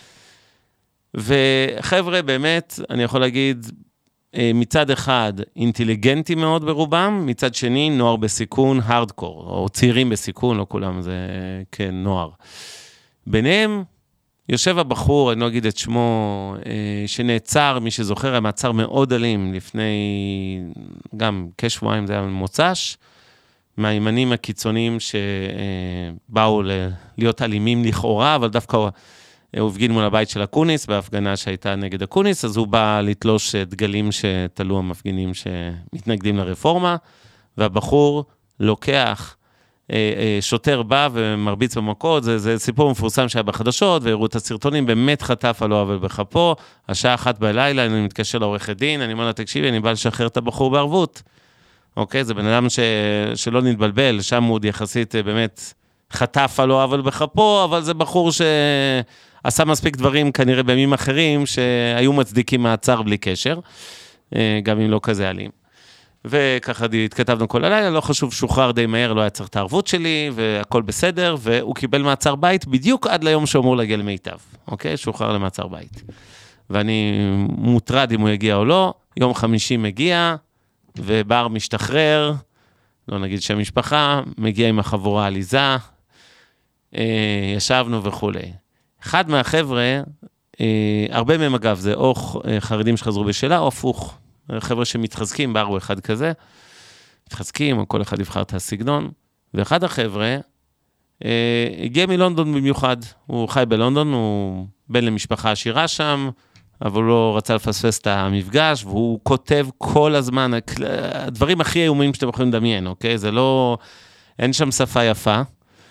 וחבר'ה, באמת, אני יכול להגיד, מצד אחד, אינטליגנטי מאוד ברובם, מצד שני, נוער בסיכון, הארדקור, או צעירים בסיכון, לא כולם, זה כן, נוער. ביניהם, יושב הבחור, אני לא אגיד את שמו, שנעצר, מי שזוכר, המעצר מאוד אלים, לפני גם כשבועיים, זה היה מוצ"ש, מהימנים הקיצוניים שבאו להיות אלימים לכאורה, אבל דווקא הוא הפגין מול הבית של אקוניס, בהפגנה שהייתה נגד אקוניס, אז הוא בא לתלוש דגלים שתלו המפגינים שמתנגדים לרפורמה, והבחור לוקח, שוטר בא ומרביץ במכות, זה סיפור מפורסם שהיה בחדשות, והראו את הסרטונים, באמת חטף על לא עוול בכפו, השעה 1 בלילה, אני מתקשר לעורך הדין, אני אומר לה, תקשיבי, אני בא לשחרר את הבחור בערבות. אוקיי, זה בן אדם שלא נתבלבל, שם הוא יחסית באמת חטף על לא עוול בכפו, אבל זה בחור שעשה מספיק דברים כנראה בימים אחרים, שהיו מצדיקים מעצר בלי קשר, גם אם לא כזה אלים. וככה התכתבנו כל הלילה, לא חשוב, שוחרר די מהר, לא היה צריך את הערבות שלי, והכל בסדר, והוא קיבל מעצר בית, בדיוק עד ליום שאמור להגיע למיטב, אוקיי? שוחרר למעצר בית. ואני מוטרד אם הוא יגיע או לא, יום חמישי מגיע, ובר משתחרר, לא נגיד שהמשפחה, מגיע עם החבורה עליזה, ישבנו וכו'. אחד מהחבר'ה, הרבה מהם אגב, זה או חרדים שחזרו בשאלה, או הפוך. חבר'ה שמתחזקים, בארו אחד כזה, מתחזקים, או כל אחד יבחר את הסגנון, ואחד החבר'ה הגיע מלונדון במיוחד, הוא חי בלונדון, הוא בן למשפחה עשירה שם, אבל הוא לא רצה לפספס את המפגש, והוא כותב כל הזמן, הדברים הכי איומים שאתם יכולים לדמיין, אוקיי? זה לא, אין שם שפה יפה,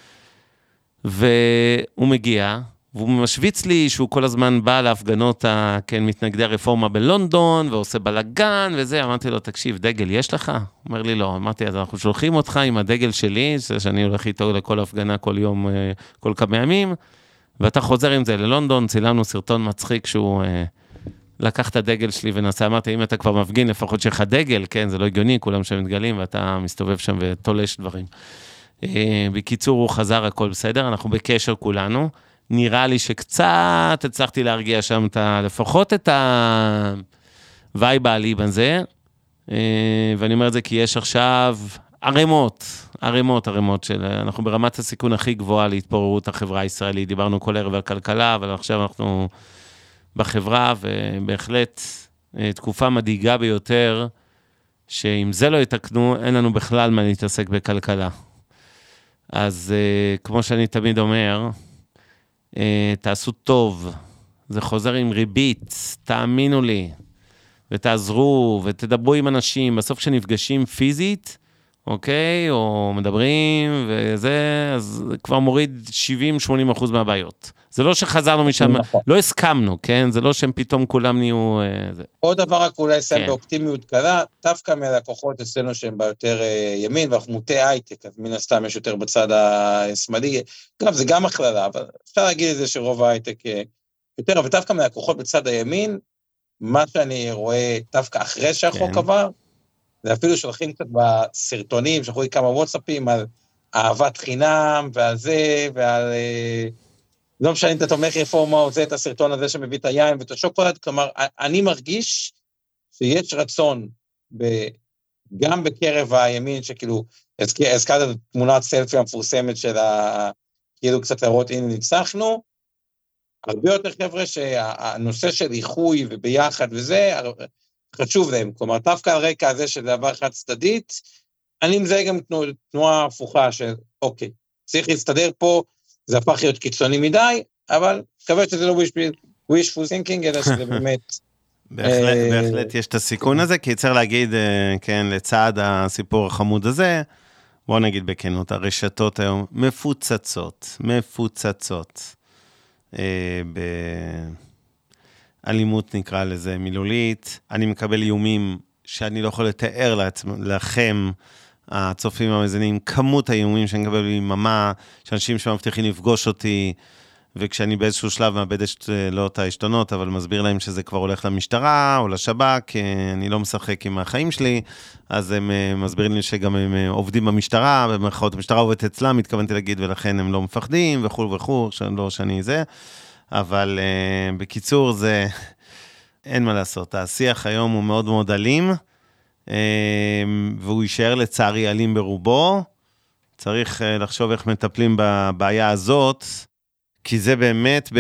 והוא מגיע, והוא משוויץ לי שהוא כל הזמן בא להפגנות מתנגדי הרפורמה בלונדון, ועושה בלגן וזה, אמרתי לו, תקשיב, דגל יש לך? הוא אומר לי לא, אמרתי, אז אנחנו שולחים אותך עם הדגל שלי, שאני הולך איתו לכל הפגנה כל יום, כל כמה ימים, ואתה חוזר עם זה ללונדון, צילמנו סרטון מצחיק שהוא לקח את הדגל שלי ונסע, אמרתי, אם אתה כבר מפגין, לפחות שלך דגל, כן, זה לא הגיוני, כולם שם מתגלים, ואתה מסתובב שם ותולש דברים. בקיצור, הוא חזר, הכל בסדר, אנחנו בקשר כולנו, נראה לי שקצת הצלחתי להרגיע שם לפחות את הווייב העליב הזה, ואני אומר את זה כי יש עכשיו ערימות של, אנחנו ברמת הסיכון הכי גבוהה להתפוררות החברה הישראלית, דיברנו כל ערב על כלכלה, אבל עכשיו אנחנו בחברה, ובהחלט תקופה מדאיגה ביותר, שאם זה לא יתקנו, אין לנו בכלל מה להתעסק בכלכלה. אז כמו שאני תמיד אומר, תעשו טוב, זה חוזר עם ריבית, תאמינו לי, ותעזרו, ותדברו עם אנשים, בסוף כשנפגשים פיזית, אוקיי, או מדברים, וזה, אז כבר מוריד 70-80% מהבעיות. זה לא שחזרנו משם, לא הסכמנו, כן? זה לא שהם פתאום כולם נהיו... עוד דבר רק אולי לסיים באופטימיות קלה, דווקא מהלקוחות אצלנו שהם ביותר ימין, ואנחנו מוטי הייטק, אז מן הסתם יש יותר בצד השמאלי, גם זה גם הכללה, אבל אפשר להגיד את זה שרוב ההייטק יותר, אבל דווקא מהלקוחות בצד הימין, מה שאני רואה דווקא אחרי שהחוק עבר, זה אפילו שולחים קצת בסרטונים, שלחו לי כמה וואטסאפים על אהבת חינם, ועל זה, ועל... לא משנה, אתה תומך רפורמה, או זה את הסרטון הזה שמביא את היין ואת השוקולד, כלומר, אני מרגיש שיש רצון, גם בקרב הימין, שכאילו, הזכרת את תמונת סלפי המפורסמת של כאילו קצת להראות, הנה ניצחנו, הרבה יותר חבר'ה שהנושא של איחוי וביחד וזה, חשוב להם, כלומר, דווקא על רקע הזה של דבר חד צדדית, אני מזהה גם תנועה הפוכה של, אוקיי, צריך להסתדר פה, זה הפך להיות קיצוני מדי, אבל מקווה שזה לא wishful thinking, אלא שזה באמת... בהחלט יש את הסיכון הזה, כי צריך להגיד, כן, לצד הסיפור החמוד הזה, בואו נגיד בכנות, הרשתות היום מפוצצות, באלימות נקרא לזה, מילולית, אני מקבל איומים שאני לא יכול לתאר לכם, הצופים המאזינים, כמות האיומים שאני מקבל ביממה, שאנשים שמבטיחים לפגוש אותי, וכשאני באיזשהו שלב מאבד לא את העשתונות, אבל מסביר להם שזה כבר הולך למשטרה או לשב"כ, אני לא משחק עם החיים שלי, אז הם מסבירים לי שגם הם עובדים במשטרה, במרכאות המשטרה עובדת אצלם, התכוונתי להגיד, ולכן הם לא מפחדים, וכו', לא שאני זה, אבל בקיצור זה, אין מה לעשות, השיח היום הוא מאוד מאוד אלים, והוא יישאר לצערי אלים ברובו, צריך לחשוב איך מטפלים בבעיה הזאת, כי זה באמת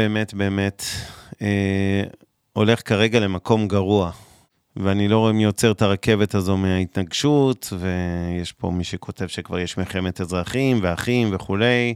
הולך כרגע למקום גרוע, ואני לא רואה מי יוצר את הרכבת הזו מההתנגשות, ויש פה מי שכותב שכבר יש מלחמת אזרחים ואחים וכולי,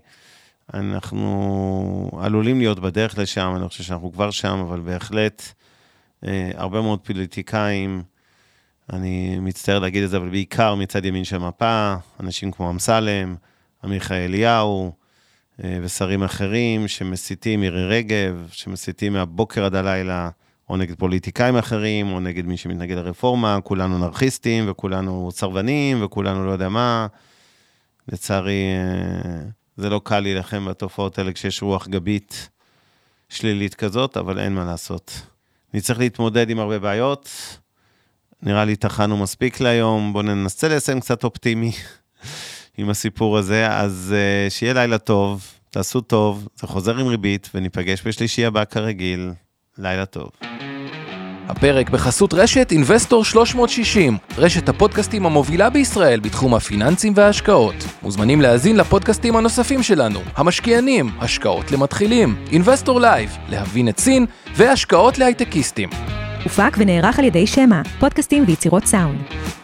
אנחנו עלולים להיות בדרך לשם, אני לא חושב שאנחנו כבר שם, אבל בהחלט הרבה מאוד פוליטיקאים, אני מצטער להגיד את זה, אבל בעיקר מצד ימין של מפה, אנשים כמו אמסלם, עמיחי אליהו, ושרים אחרים שמסיתים, מירי רגב, שמסיתים מהבוקר עד הלילה, או נגד פוליטיקאים אחרים, או נגד מי שמתנגד לרפורמה, כולנו נרחיסטים, וכולנו סרבנים, וכולנו לא יודע מה. לצערי, זה לא קל להילחם בתופעות האלה, כשיש רוח גבית שלילית כזאת, אבל אין מה לעשות. נצטרך להתמודד עם הרבה בעיות, נראה לי תחנו מספיק להיום, בואו ננסה לסיים קצת אופטימי עם הסיפור הזה, אז שיהיה לילה טוב, תעשו טוב, זה חוזר עם ריבית, וניפגש בשלישי הבא כרגיל, לילה טוב. הפרק בחסות רשת אינבסטור 360, רשת הפודקאסטים המובילה בישראל בתחום הפיננסים וההשקעות. מוזמנים להאזין לפודקאסטים הנוספים שלנו, המשקיענים, השקעות למתחילים, אינבסטור לייב, להבין את סין, והשקעות להייטקיסטים. הופק ונערך על ידי שמה, פודקאסטים ויצירות סאונד.